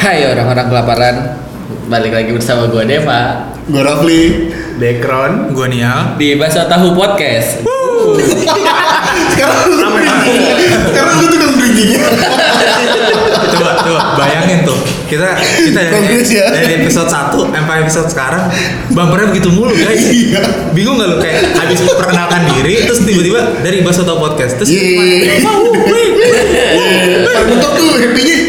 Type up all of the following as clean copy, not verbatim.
Hai orang-orang kelaparan, balik lagi bersama gue Deva, gue Rafli, Background, gue Nial di Bakso Tahu Podcast. Sekarang lu tuh bridging-nya. Coba bayangin tuh kita dari episode 1 sampai episode sekarang bumpernya begitu mulu guys. Bingung gak lu kayak habis perkenalkan diri terus tiba-tiba dari Bakso Tahu Podcast terus Mentok tuh happy-nya.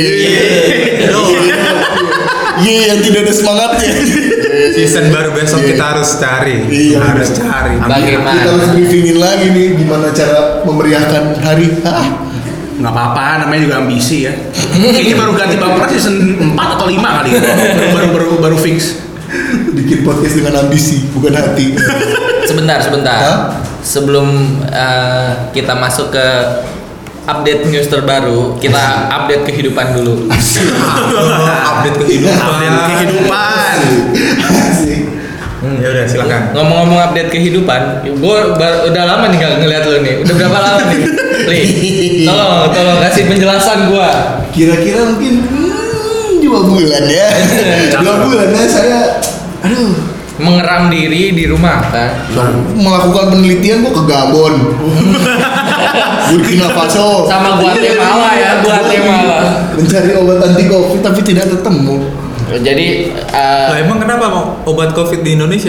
Yang tidak ada semangatnya. Season baru besok kita harus cari. Harus cari. Bagaimana? Kita harus briefingin lagi nih gimana cara memeriahkan hari. nggak apa-apa, namanya juga ambisi ya. Kayaknya baru ganti bumper season 4 atau 5 kali. Baru fix. Bikin podcast dengan ambisi, bukan hati. Sebentar. Hah? Sebelum kita masuk ke update news terbaru, kita update kehidupan dulu. Update kehidupan. Asik. Ya udah silakan. Ngomong-ngomong update kehidupan, gue udah lama nih gak ngeliat lo nih. Udah berapa lama nih? Li, tolong kasih penjelasan gue. Kira-kira mungkin 2 bulan ya. 2 bulan ya saya Mengeram diri di rumah kan. melakukan penelitian gua ke Gabon. Burkina Faso. Sama Guatemala ya, Guatemala. Mencari obat anti Covid tapi tidak ketemu. Jadi Lah emang kenapa mau obat COVID di Indonesia?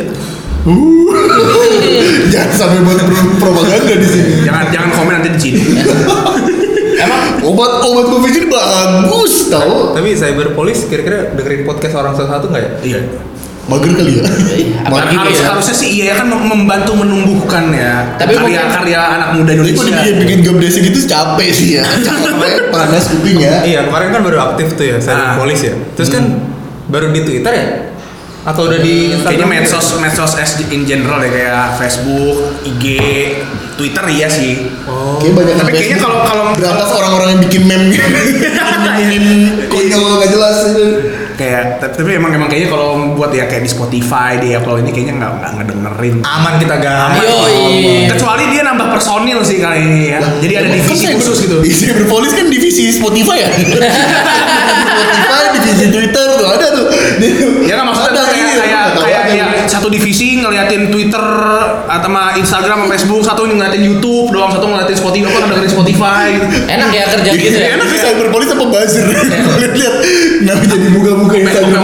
Jangan sampai buat propaganda di sini. Jangan komen nanti di sini. emang Obat Covid ini bagus tau. Tapi Cyberpolis kira-kira dengerin podcast orang satu nggak ya? Iya. Mager kali ya. Mager ya. Harusnya sih iya kan membantu menumbuhkan ya. Tapi karya anak muda Itu Indonesia. bikin gabdesi gitu capek sih ya. Capek panas kupingnya. Iya kemarin kan baru aktif tuh ya Cyberpolis ya. Terus kan baru di Twitter ya? Atau udah di Kayaknya Instagram? medsos in general ya, kayak Facebook, IG, Twitter iya sih. Oh. Kayak banyak Tapi kayaknya kalau berantas orang-orang yang bikin meme konyol nggak jelas itu. kayak tapi emang kayaknya kalau buat ya kayak di Spotify dia kalau ini kayaknya nggak ngedengerin. Aman kita guys. Yoi. Kecuali dia nambah personil sih kali ini ya. Jadi ada divisi khusus gitu. Di Cyberpolis kan divisi Spotify ya. Spotify, divisi Twitter tuh ada tuh. Ya kan maksudnya kayak satu divisi ngeliatin Twitter atau sama Instagram sama Facebook, satu ngeliatin YouTube doang, satu ngeliatin Spotify, apa dengerin Spotify gitu. enak ya kerja gitu ya. Enak sih Cyberpolis apa buzzer. Lihat kenapa jadi buka-buka Instagram.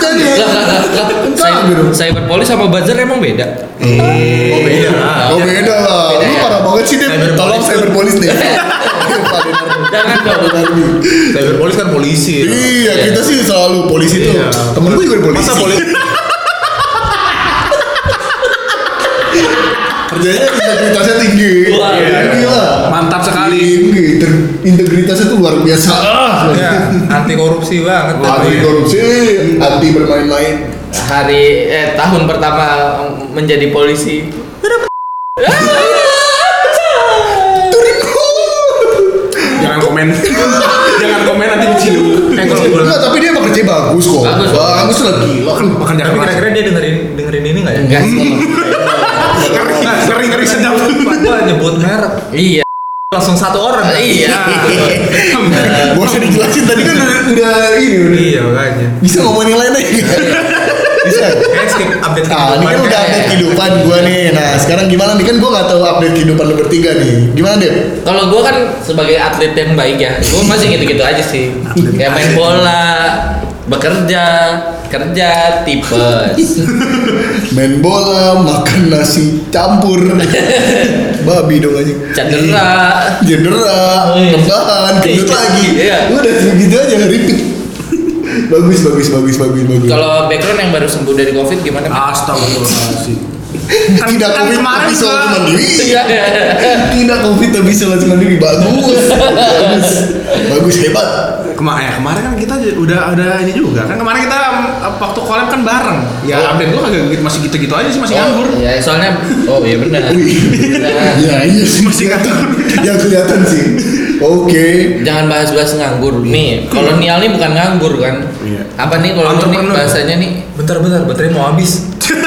Cyberpolis sama buzzer emang beda. Oh beda lah. Oh beda lah. Beda Lu ya? parah banget sih deh. Cyberpolis. Tolong Cyberpolis deh. Jangan dong. Cyberpolis kan polisi. Iya, kita sih selalu polisi tuh. Iya. Temen gue juga polisi. Masa polisi? Kerjanya integritasnya tinggi. Wah, Gila. Mantap sekali. Tinggi. Integritasnya tuh luar biasa. Ya, anti korupsi banget. Anti korupsi, anti bermain-main. Tahun pertama menjadi polisi. Jangan komen. Jangan komen nanti di sini. Enggak, tapi dia emang kerja bagus kok. Bagus. lah gila kan. Makan Tapi kira-kira dia dengerin ini nggak ya? Enggak sih. ngeri sedap. Gua nyebut merek. Iya. Langsung satu orang. Iya. Gak usah dijelasin tadi kan udah ini udah. Iya makanya. Bisa ngomongin lain aja. Bisa. Kayak skip update Nah, ini kan udah update kehidupan gua nih. Nah, sekarang gimana nih? Kan gua nggak tahu update kehidupan lu bertiga nih. Gimana deh? Kalau gue kan sebagai atlet yang baik ya, gue masih gitu-gitu aja sih. Kayak main bola, bekerja, kerja, tipes. Main bola, makan nasi campur. Babi dong aja. Cedera. Rebahan, gendut lagi. Iya. Udah segitu aja repeat. Bagus. Kalau background yang baru sembuh dari COVID gimana? Astagfirullahaladzim. Tidak COVID kemarin tapi isolasi juga. mandiri. Iya. Tidak COVID tapi isolasi mandiri. Bagus hebat. Kemarin kan kita udah ada ini juga kan, kemarin kita waktu collab kan bareng ya. Update gua kagak masih gitu-gitu aja sih, masih nganggur. Ya soalnya iya benar. Iya sih Masih nganggur. yang kelihatan sih. Oke. Jangan bahas-bahas nganggur nih. Kalau Nial nih bukan nganggur kan? Iya. Apa nih kalau lu nih Entrepreneur. bahasanya nih? Bentar, baterai mau habis.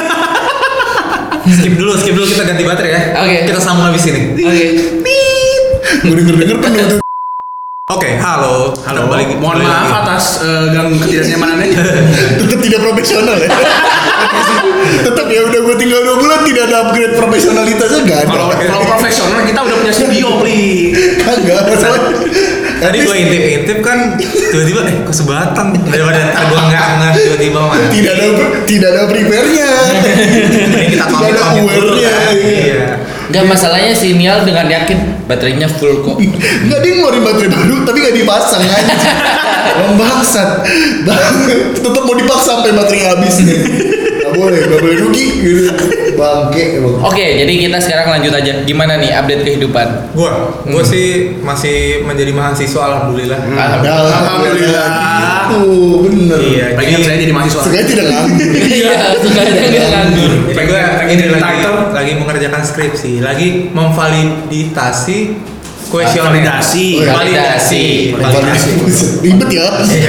Skip dulu kita ganti baterai ya. Oke. Kita sambung habis ini. Oke. Gue denger penuh tuh. Oke, halo. Mohon maaf atas gang ketidaknyamanannya. Tetap tidak profesional ya. Tetap ya udah gue tinggal 2 bulan tidak ada upgrade profesionalitasnya nggak ada. Kalau profesional kita udah punya studio, Pli. Kagak. Tadi gue intip kan tiba-tiba kok sebatang daripada gue nggak tiba-tiba mana. Tidak ada prepare-nya. Ini kita Tidak ada aware-nya. Iya. Enggak, masalahnya si Nial dengan yakin baterainya full kok. Enggak, dia ngeluarin baterai baru tapi nggak dipasang aja. Bangsat. Tetap mau dipaksa sampai baterainya habis nih. Gak boleh rugi gitu. Bangke emang. Oke, jadi kita sekarang lanjut aja. Gimana nih update kehidupan? Gue sih masih menjadi mahasiswa alhamdulillah. Alhamdulillah. Itu bener. Iya, Pengen saya jadi mahasiswa. Sekali tidak nganggur. Iya, sebenarnya nggak nganggur. Jadi gue ini lagi mengerjakan skripsi, lagi memvalidasi kuesioner. Validasi. Ribet ya. Iya.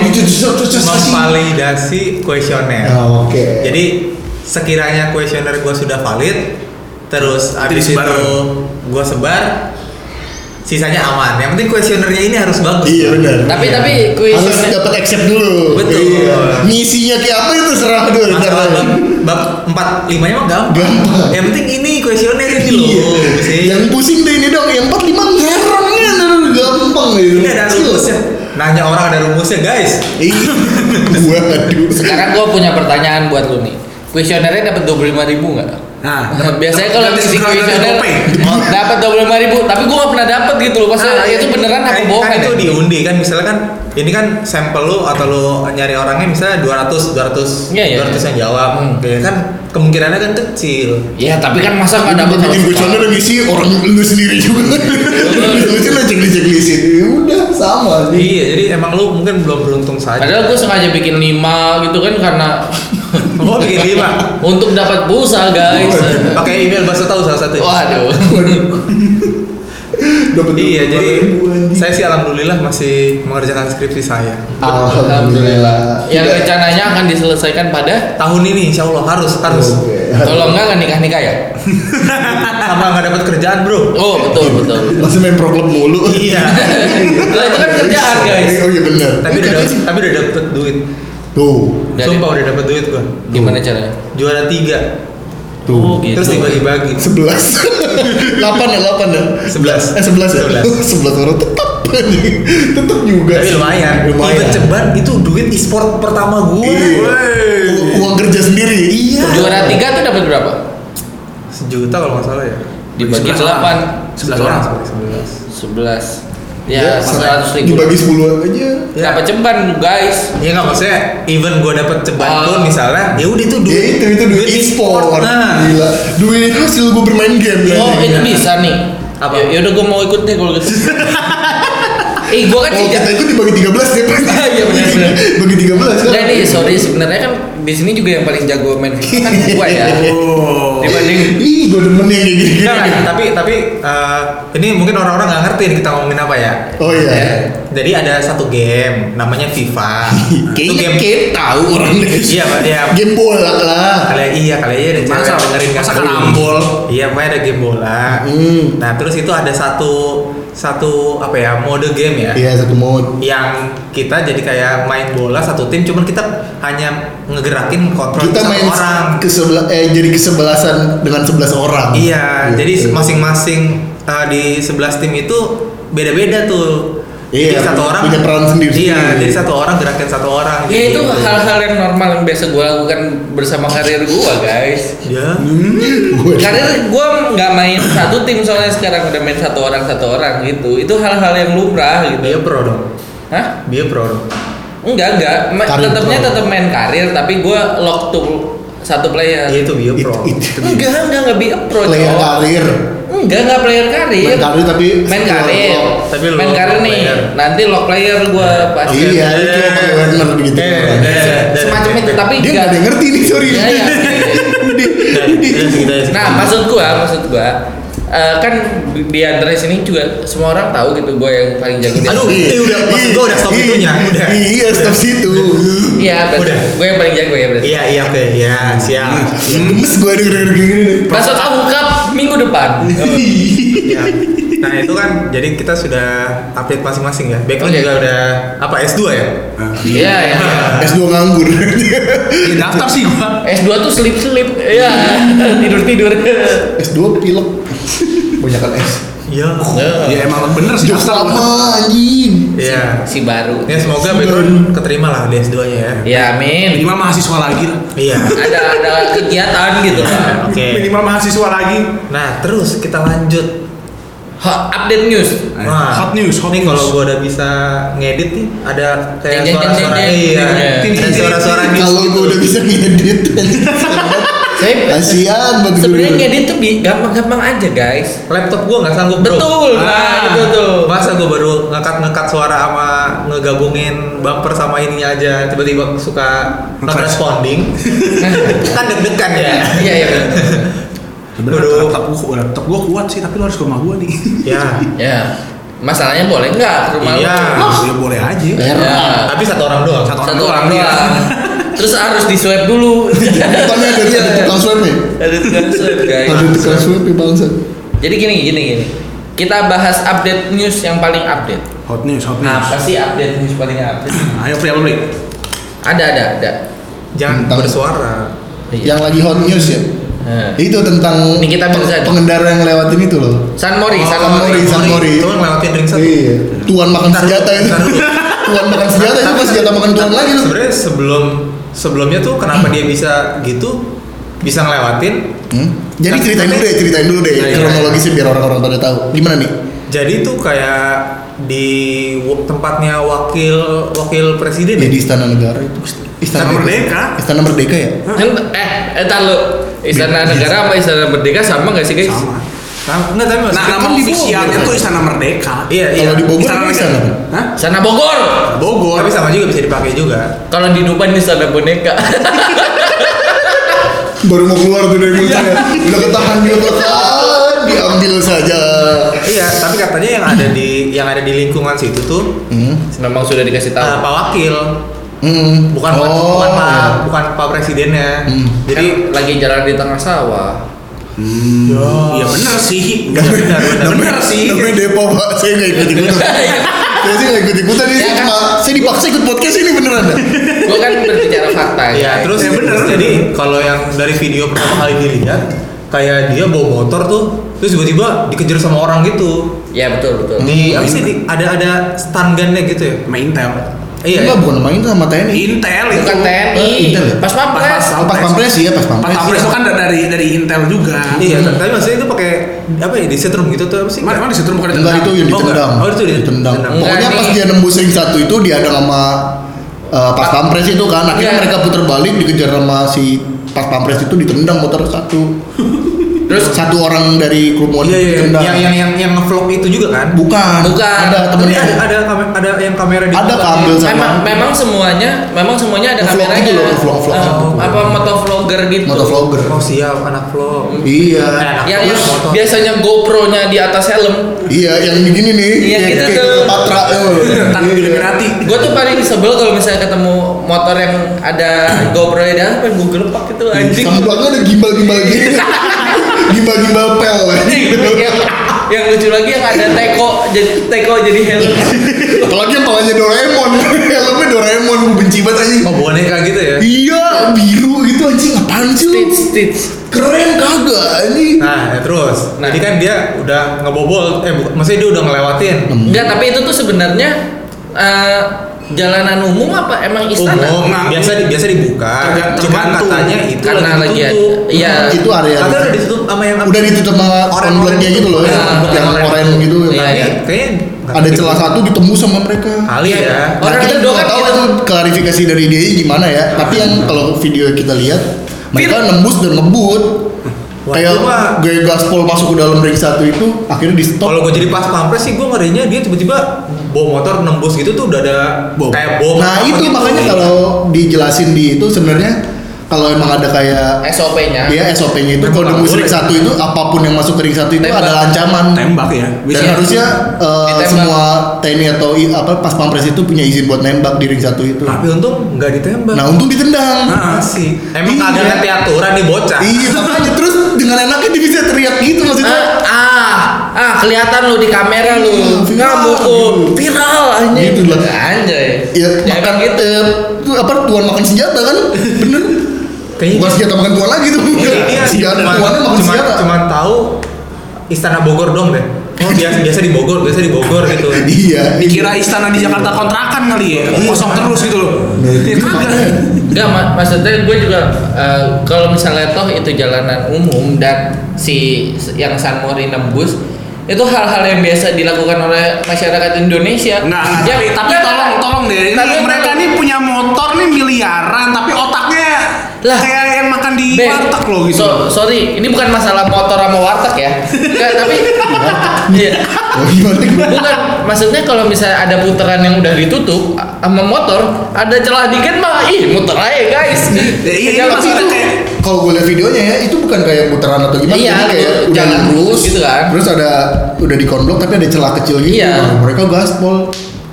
Memvalidasi kuesioner. Oke. Jadi sekiranya kuesioner gue sudah valid, terus abis itu gue sebar, sisanya aman. Yang penting kuesionernya ini harus bagus. Iya benar. Tapi harus dapat accept dulu. Betul. Iya. Misinya kayak apa itu serah dulu. Masalah bab 4-5 nya mah gampang. Yang penting ini kuesioner ini loh. Yang pusing deh ini dong. Yang 4-5 ngerangnya gampang gitu. Ini ada rumusnya. Nanya orang ada rumusnya guys. Waduh. Sekarang gue punya pertanyaan buat lu nih. Kuesionernya dapat 25.000 nggak? Nah, biasanya kalau ngisi kuesioner dapat 25.000, tapi gue nggak pernah dapat gitu loh. Maksudnya itu beneran apa bohong? Kan itu diundi kan, misalnya kan ini kan sampel lu atau lu nyari orangnya misalnya 200 Iya. yang jawab. Kan kemungkinannya kan kecil. Iya, tapi kan masa nggak dapat bikin kuesioner lagi sih orang lu sendiri juga. Lu cuma cek-ceklisin. Udah sama sih. Iya, jadi emang lu mungkin belum beruntung saja. Padahal gue sengaja bikin 5 gitu kan karena Oh, bikin 5 untuk dapat pulsa guys. Pakai email bahasa tahu salah satu. Waduh. Iya, jadi saya sih alhamdulillah masih mengerjakan skripsi saya. Alhamdulillah. Yang rencananya akan diselesaikan pada Tahun ini insya Allah harus. kalau enggak nikah ya. Sama nggak dapat kerjaan bro. Oh betul. Masih main pro club mulu. Iya. Lah itu kan kerjaan guys. Oh iya benar. Tapi udah dapet duit. Tuh. Sumpah udah dapet duit gua. Gimana caranya? Juara 3. Oh gitu. Terus dibagi-bagi. 11. 8 ya? 11. 11 ya? 11 orang tetap juga. Tapi lumayan. Event ceban itu duit e-sport pertama gue. Iya. Uang kerja sendiri. Iya. Juara 3 tuh dapat berapa? 1 juta kalau nggak salah ya. Dibagi 8. 11 orang. 11. Ya, 400.000. Dibagi 10 aja. Dapat ceban guys. Iya nggak, maksudnya even gue dapet ceban pun misalnya, ya udah itu duit. Ya itu duit e-sport. Nah, gila. Duit hasil gue bermain game. Oh itu bisa nih. Apa? Ya udah gue mau ikut deh kalau gitu. Gue kan Oh kita ikut dibagi 13 ya. Iya benar. Bagi 13 kan. Nah nih sorry sebenarnya kan di sini juga yang paling jago main FIFA kan gue ya. Dibanding Ih gue demen yang kayak gini. tapi ini mungkin orang-orang nggak ngerti nih kita ngomongin apa ya. Oh iya. Jadi ada satu game namanya FIFA. Itu Kayaknya game. kayak tahu orang deh. Iya Pak, iya. Game bola lah. Kali aja ada cewek yang dengerin Masa kan. karambol. Iya, pokoknya ada game bola. Nah, terus itu ada satu apa ya, mode game ya. Iya satu mode. Yang kita jadi kayak main bola satu tim, cuman kita hanya ngegerakin kontrol Kita satu main orang. jadi kesebelasan dengan 11 orang. Iya, Gitu. jadi masing-masing di 11 tim itu beda-beda tuh. Iya, jadi satu orang punya peran sendiri. Iya, jadi satu orang gerakin satu orang. ya itu gitu. hal-hal yang normal yang biasa gue lakukan bersama karir gue guys. Ya. Karir gue nggak main satu tim soalnya sekarang udah main satu orang gitu. Itu hal-hal yang lumrah gitu. Dia pro dong. Hah? Dia pro dong. Enggak. Karir Tetap main karir tapi gue lock to satu player. Iya itu bio pro. Enggak be a pro. Player cowok. karir. Enggak player karir. Main karir tapi main karir. Tapi main lock karir nih. player. Nanti lock player gue pasti. Iya, itu pakai Werner gitu. Semacam itu tapi Dia nggak ada yang ngerti nih, sorry. Iya. Nah, maksud gua kan di Andres ini juga semua orang tahu gitu gue yang paling jago di Aduh, udah maksud gua udah stop itunya. Udah. Iya, stop situ. Iya, berarti Udah. gue yang paling jago ya berarti. Iya oke, ya siap. Gemes gue denger kayak gini nih. Maksud ungkap minggu depan. Ya. Nah itu kan jadi kita sudah update masing-masing ya. Background Oke. juga udah apa S2 ya? Iya, iya. S2 nganggur. Ya daftar sih gua. S2 tuh selip-selip. Iya, tidur-tidur. S2 pilek. Banyakan S. Iya. Ya emang bener sih Jokes daftar. lama anjing. Iya. Si baru. Ya semoga background keterima lah di S2-nya ya. Ya, amin. Minimal mahasiswa lagi lah. Iya. Ada kegiatan gitu lah. Oke. Minimal mahasiswa lagi. Nah terus kita lanjut. Update news. Wah, Hot news. Ini kalau gua udah bisa ngedit nih, ada kayak Deng, deng, suara-suara deng, deng, iya, deng, ada suara-suara news. Kalau gue udah bisa ngedit. Saya Kasihan bagi sebenarnya gue. ngedit tuh gampang-gampang aja, guys. Laptop gua nggak sanggup bro. Betul. Nah, itu tuh. Masa gua baru ngekat suara sama ngegabungin bumper sama ininya aja, tiba-tiba suka not Nge-crash. responding. Kan deg-degan ya. Iya, iya. bener. Sebenarnya laptop gua kuat sih, tapi lo harus ke rumah gua nih. Ya. Ya. Masalahnya boleh nggak ke rumah Iya. lu? Ya boleh aja. Ya. Tapi satu orang doang. Satu Satu orang dia. doang. Terus harus di swab dulu. Depannya ada tukang swab nih. Ada tukang swab, guys. Ada tukang swab ya bangsat. Jadi gini. Kita bahas update news yang paling update. Hot news. Apa sih update news paling update? Ayo Pri, apa Pri? Ada. Jangan Tentang- bersuara. Yang lagi hot news ya. Nah. Itu tentang Ini kita bisa- pengendara yang lewatin itu loh. San Mori. San Mori. Itu ngelewatin ring satu. Iya. Tuan makan Ntar senjata dulu, itu. ntar dulu. Tuan makan senjata itu pas senjata makan tuan lagi tuh. Sebenarnya sebelumnya tuh kenapa dia bisa gitu, bisa ngelewatin? Jadi ceritain dulu deh Nah, iya. kronologisnya biar orang-orang pada tahu. Gimana nih? Jadi tuh kayak di tempatnya wakil presiden ya? Di Istana Negara itu. Istana Merdeka. Istana Merdeka ya? Entar lu. Istana Negara sama Istana Merdeka sama nggak sih, guys? Sama. Enggak, tapi Nah, maksudnya nama kan di Bogor. ofisialnya tuh Istana Merdeka. iya. Kalau di Bogor Istana apa Negara. Istana? Hah? Istana Bogor. Bogor. Tapi sama juga bisa dipakai juga. Kalau di Duban Istana Boneka. Baru mau keluar tuh dari mulutnya. Udah ketahan, diambil saja. Iya, tapi katanya yang ada di lingkungan situ tuh Memang sudah dikasih tahu. Pak Wakil, bukan Pak Presidennya. Jadi Kan lagi jalan di tengah sawah. Iya benar sih. benar. sih. Namanya Depo Pak, saya nggak ikut-ikutan. Saya sih nggak ikut-ikutan ini. Ya kan? Saya dipaksa ikut podcast ini beneran dah. Gua kan berbicara fakta. Iya, guys. terus Ya, bener. jadi kalau yang dari video pertama kali dilihat, kayak dia bawa motor tuh, terus tiba-tiba dikejar sama orang gitu. Ya betul. Di apa sih? Ada stun gun-nya gitu ya? Sama Intel. Iya. Enggak, bukan main tuh sama TNI. Intel itu. Bukan TNI. Intel ya? Pas pampres. Pas pampres ya, pas Pas pampres. pampres itu kan dari Intel juga. Iya, tapi maksudnya itu pakai apa ya? Di setrum gitu tuh apa sih? Mana di situ bukan Enggak, itu yang Oh, enggak. ditendang. Oh, itu ditendang. Pokoknya Enggak, pas nih. dia nembus ring 1 itu dia ada sama pas pampres itu kan. Akhirnya Iya. mereka putar balik dikejar sama si pas pampres itu ditendang motor satu. Terus Satu orang dari kerumunan Iya, ditendang. yang nge-vlog itu juga kan? Bukan. Bukan. Ada Tapi temennya. ada yang kamera di Ada depan. kabel sama. memang semuanya ada Vlog kameranya. gitu loh, vlog. Apa motovlogger gitu. Motovlogger. Oh siap, anak vlog. Iya. Yang Motor. biasanya GoPro-nya di atas helm. Iya, yang begini nih. Iya, kayak- gitu kayak tuh. Patra. Tangan Illuminati. Gue tuh paling sebel kalau misalnya ketemu motor yang ada GoPro-nya di atas, pengen gue gelepak itu anjing. Sama belakang ada gimbal-gimbal gitu. Gimbal-gimbal pel. yang lucu lagi yang ada teko jadi helm. Apalagi yang palanya Doraemon. Helmnya Doraemon, gue benci banget anjing. Oh boneka gitu ya? Iya, biru gitu anjing. Apaan sih lu? Stitch. Keren kagak anjing. Nah, ya terus. Nah. Jadi kan dia udah ngebobol, maksudnya dia udah ngelewatin. Enggak, tapi itu tuh sebenarnya jalanan umum apa emang istana? Umum, Nah, biasa dibuka. Cuma tergantung. katanya itu Karena lagi ada. ditutup. Iya. Itu area. Katanya udah ditutup sama yang Udah ditutup sama Orang-orang konbloknya gitu loh, Iya, yang oranye gitu. Iya, yang iya. Kayaknya ada celah satu ditembus sama mereka. kali ya. Nah, Orang kita Indo nggak kan tahu gitu. itu klarifikasi dari dia gimana ya. Tapi yang kalau video kita lihat mereka nembus dan ngebut. Wah, Kayak itu mah- gaya gaspol masuk ke dalam ring 1 itu akhirnya di stop. Kalau gue jadi pas pampres sih gue ngerinya dia tiba-tiba bawa motor nembus gitu tuh udah ada Bom. kayak bom. Nah apa itu gitu. makanya kalau dijelasin di itu sebenarnya kalau emang ada kayak SOP-nya. dia SOP-nya itu kalau Nembak nembus boleh. ring 1 itu apapun yang masuk ke ring 1 itu Tembak. ada ancaman. Tembak ya. Dan Bisa. harusnya Ditembak. semua TNI atau pas pampres itu punya izin buat nembak di ring 1 itu. Tapi untung nggak ditembak. Nah untung ditendang. Nah, sih. Emang Iya. kagak ngerti aturan nih bocah. Iya makanya terus dengan enaknya dia bisa teriak gitu maksudnya. Kelihatan lu di kamera lu. Viral. Viral anjing. Gitu lah. Anjay. Ya makan gitu. tuan makan senjata kan? Bener. Kayaknya Bukan senjata makan tuan lagi tuh. dia Senjata tuannya makan senjata. cuman tahu Istana Bogor dong deh. Oh biasa di Bogor gitu. Iya. Dikira istana di Jakarta kontrakan kali ya, kosong terus gitu loh. Ya kagak. Enggak, maksudnya gue juga kalau misalnya toh itu jalanan umum dan si yang Sunmori nembus itu hal-hal yang biasa dilakukan oleh masyarakat Indonesia. Enggak, tapi tolong deh. Ini mereka nih punya motor nih miliaran, tapi otaknya lah kayak yang makan di warteg loh gitu. Sorry, ini bukan masalah motor sama warteg ya. Enggak, tapi iya. Oh gimana? Bukan, maksudnya kalau misalnya ada putaran yang udah ditutup sama motor, ada celah dikit mah, muter aja guys. Iya, maksudnya kayak kalau gue lihat videonya ya itu bukan kayak putaran atau gimana, Iya, jadi kayak udah jalan lurus gitu kan. Terus udah di konblok tapi ada celah kecil gitu. Iya. Nah, mereka gaspol.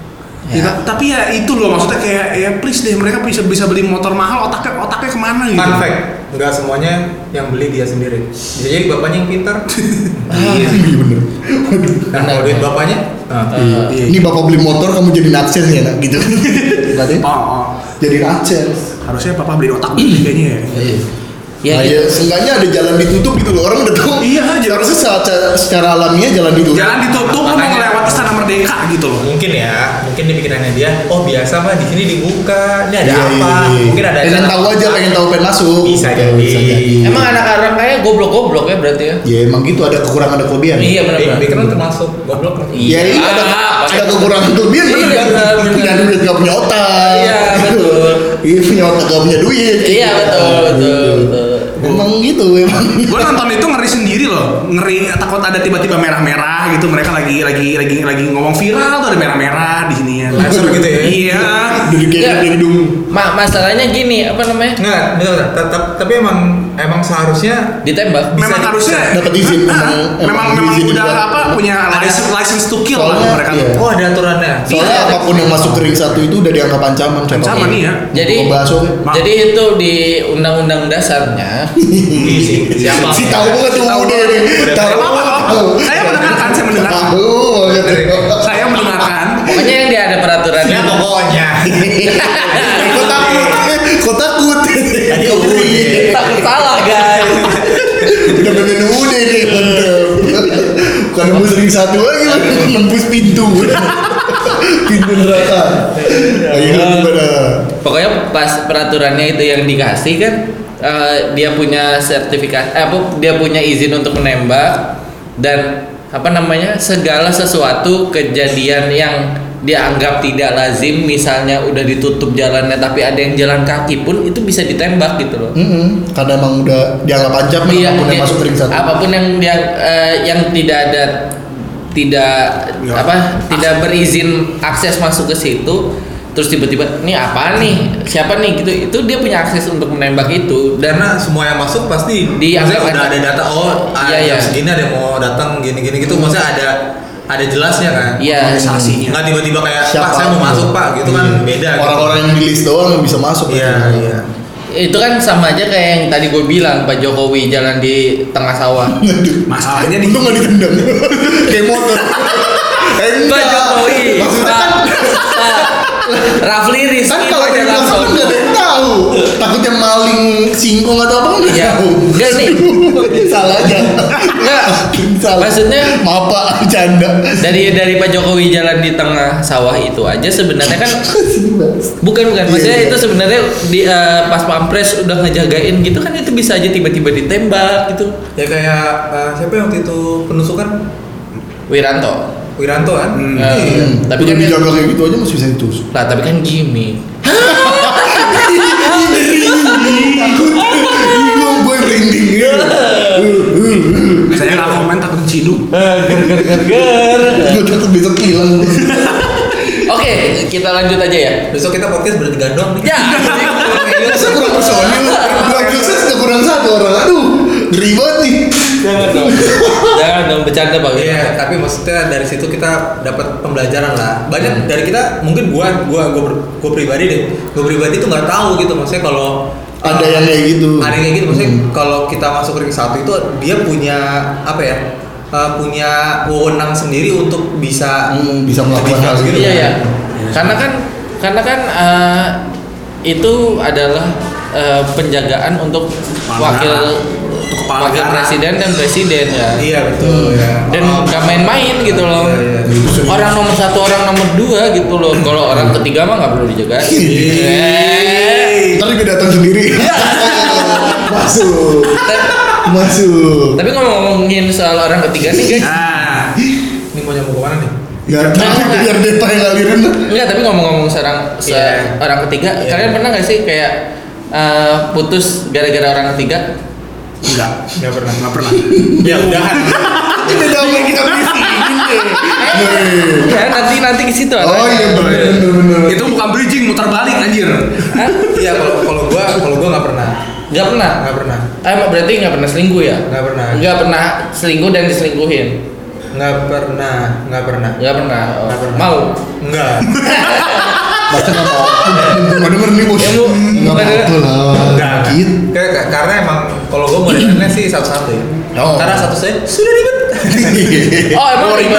Ya, tapi ya itu loh maksudnya kayak ya please deh mereka bisa beli motor mahal otaknya kemana gitu. Fun fact, nggak semuanya yang beli dia sendiri. Bisa jadi bapaknya yang pintar. Iya bener. Nah, kalau duit bapaknya, Ini bapak beli motor kamu jadi nakses ya nak gitu. Berarti jadi nakses. Harusnya papa beli otak dulu kayaknya ya. Ya, Nah, ya seenggaknya ada jalan ditutup gitu loh, orang udah tahu. Iya, harusnya secara alamiah jalan ditutup. Jalan ditutup lo mau ngelewat Istana Merdeka gitu loh. mungkin di pikirannya dia, oh biasa mah di sini dibuka, ini ada Iya, apa? iya. Mungkin ada pengen tahu aja, pengen tahu pengen masuk. Bisa jadi. emang anak orang kaya goblok-goblok ya berarti ya. Ya emang gitu, ada kekurangan ada kelebihan. Iya benar. Baker kan termasuk goblok. Ya iya ada kekurangan kelebihan bener Iya, kan. bener. Punya duit gak punya otak. Iya, betul. Iya punya otak gak punya duit. Iya betul. Emang gitu emang. Gue nonton itu ngeri sendiri loh, ngeri takut ada tiba-tiba merah-merah gitu, mereka lagi ngomong viral tuh ada merah-merah di sini ya. Laser gitu ya? Iya. Dari kayak dari hidung. Masalahnya gini, apa namanya? Nggak, tapi emang seharusnya Ditembak. Memang harusnya dapat izin memang izin udah juga. apa punya license to kill lah Soalnya, mereka. iya. oh ada aturannya. Soalnya apapun yang masuk ke ring satu itu udah dianggap ancaman. Ancaman nih ya. Jadi itu di undang-undang dasarnya. Siapa? Si tahu banget tuh udah nih. Tahu. Saya mendengarkan. Tahu banget. Saya mendengarkan. Pokoknya yang dia ada peraturannya. Ya pokoknya. Kok takut? Tadi Takut salah guys. Udah bener udah nih mantap. Bukan nembus ring satu lagi, nembus pintu. Pintu neraka. Ayo gimana? Pokoknya pas peraturannya itu yang dikasih kan, dia punya sertifikat, dia punya izin untuk menembak dan segala sesuatu kejadian yang dianggap tidak lazim, misalnya udah ditutup jalannya tapi ada yang jalan kaki pun itu bisa ditembak gitu loh. Karena emang udah dianggap ancam apapun yang masuk ring satu. Apapun yang tidak berizin akses masuk ke situ, terus tiba-tiba ini apa nih, siapa nih gitu, itu dia punya akses untuk menembak itu. Dan karena semua yang masuk pasti maksudnya udah ada data, iya. segini ada yang mau datang gini gitu, maksudnya ada jelasnya kan. Iya. Organisasinya. Nggak tiba-tiba kayak Siapa? Pak saya mau masuk Pak gitu kan beda. Orang-orang yang di list doang bisa masuk. Iya. itu kan sama aja kayak yang tadi gue bilang, Pak Jokowi jalan di tengah sawah. Masalahnya di Untung nggak ditendang. Kayak motor. Pak Jokowi, Maksudnya kan Rafli Rizky kalau pada di belakang langsung. kan nggak ada yang tahu. Takutnya maling singkong atau apa nggak Iya. tahu. Enggak nih. Salah aja. Enggak. Salah. Maksudnya maaf Pak, bercanda. dari Pak Jokowi jalan di tengah sawah itu aja sebenarnya kan bukan maksudnya Iya. itu sebenarnya di pas Pampres udah ngejagain gitu kan, itu bisa aja tiba-tiba ditembak gitu. Ya kayak siapa yang waktu itu penusukan Wiranto. Kan? Tapi udah kan dijaga kayak gitu aja masih bisa ditusuk. lah, tapi kan gimmick. Gue merinding ya. saya nggak komen takut diciduk. Gue takut besok hilang. Oke, kita lanjut aja ya. Besok kita podcast berarti gandong nih. Ya. Masa kurang personil? Dua episode sudah kurang satu orang. Aduh, ngeri banget nih. Jangan dong bercanda Pak. Iya, tapi maksudnya dari situ kita dapat pembelajaran lah. Banyak dari kita, mungkin gua pribadi deh. Gua pribadi tuh nggak tahu gitu, maksudnya kalau Ada yang kayak gitu. Ada yang kayak gitu, maksudnya kalau kita masuk ring 1 itu dia punya apa ya? Punya wewenang sendiri untuk bisa melakukan hal gitu. Iya. Karena kan itu adalah penjagaan untuk wakil presiden dan presiden ya. Iya betul ya. Dan nggak main-main gitu loh. Orang nomor 1, orang nomor 2 gitu loh. Kalau orang ketiga mah nggak perlu dijaga. Ntar dia datang sendiri. Masuk. Tapi ngomongin soal orang ketiga nih guys. Ini mau nyambung kemana nih? Gak tahu biar Deta yang ngalirin lah. Enggak, tapi ngomong-ngomong orang ketiga, kalian pernah nggak sih kayak putus gara-gara orang ketiga? Enggak pernah. Ya udahan. Kita jangan kita briefingin deh. Ya nanti ke situ. Oh iya benar. Itu bukan bridging, muter balik anjir. Iya kalau gua nggak pernah. Nggak pernah. Berarti nggak pernah selingkuh ya? Nggak pernah. Nggak pernah selingkuh dan diselingkuhin. Nggak pernah. Oh. Mau? Enggak. Baca nggak mau. Nggak denger nih bos. Nggak mau lah. Gitu. Karena emang kalau gue modelannya sih satu-satu ya. Oh. Karena satu saya sudah ribet. Oh emang ribet.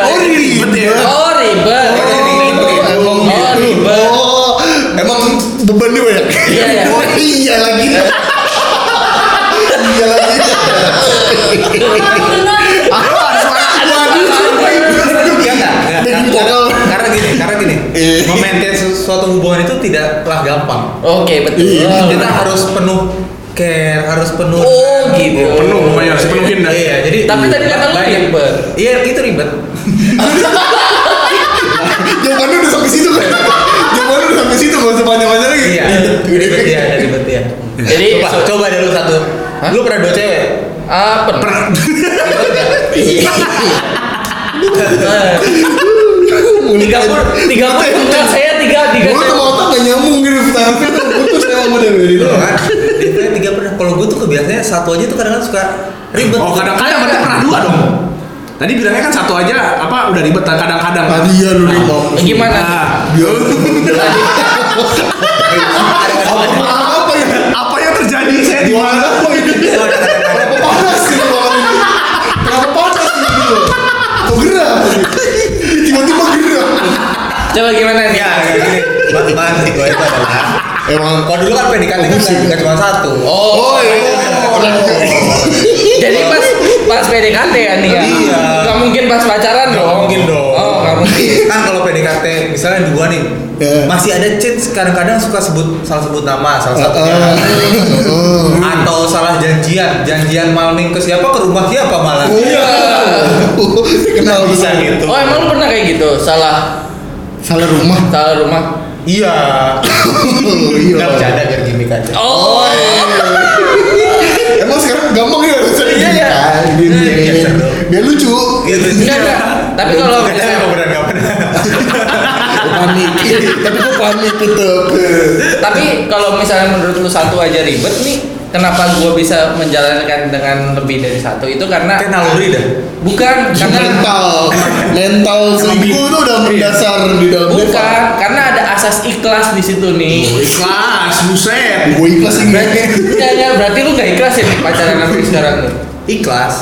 Emang bebannya banyak. Iya. Oh iya lagi. Karena gini. Memaintain suatu hubungan itu tidaklah gampang. Oke, betul. Kita harus penuh care, harus penuh. Oh, gitu. Penuh pokoknya harus penuhin dah. Iya, jadi Tapi tadi kata lu ribet. Iya, itu ribet. Jawabannya udah sampai situ kan? Jawabannya udah sampai situ, gak usah banyak-banyak lagi. Iya, ribet ya. Jadi coba deh lu satu. Lu pernah dua cewek? pernah. Tiga pun enggak, saya tiga. Gue tuh otak gak nyambung gitu, tapi tuh putus emang udah gitu. Dia tiga pernah. Kalau gue tuh kebiasaannya satu aja tuh kadang-kadang suka ribet. Oh kadang-kadang berarti pernah dua dong. Tadi bilangnya kan satu aja udah ribet kadang-kadang. Tadi ya lu ribet. Gimana? Apa yang terjadi? Saya di mana? Kenapa panas gitu ruangan ini? Kenapa panas gitu? Kok gerak? Tiba-tiba gerak. Coba gimana nih? Ya, gini. Mas, gue itu adalah Emang kalau dulu kan PDKT kan nggak cuma satu. Oh iya. Jadi pas PDKT kan nih ya? Iya. Gak mungkin pas pacaran dong. Nggak mungkin dong. Oh, gak mungkin. Kan kalau PDKT misalnya dua nih, masih ada chat kadang-kadang suka salah sebut nama salah satunya. Atau salah janjian malam ke siapa, ke rumah siapa malah. Iya. Kenal Bisa gitu. Oh emang lu pernah kayak gitu? Salah rumah? Iya. Iya. Nggak bercanda biar gimmick aja. Oh. Emang sekarang gampang ya rasanya Iya. gini. Biar lucu. Enggak. Tapi kalau Saya nggak pernah. Panik. Tapi gue panik tetep. Tapi kalau misalnya menurut lu satu aja ribet nih, kenapa gua bisa menjalankan dengan lebih dari satu? Itu karena Kayak naluri dah. bukan karena mental selingkuh itu udah mendasar di dalam bukan karena ada asas ikhlas di situ nih. Ikhlas, buset. Gue ikhlas ini. Ya, berarti lu gak ikhlas ya nih pacaran sampai sekarang nih. Ikhlas.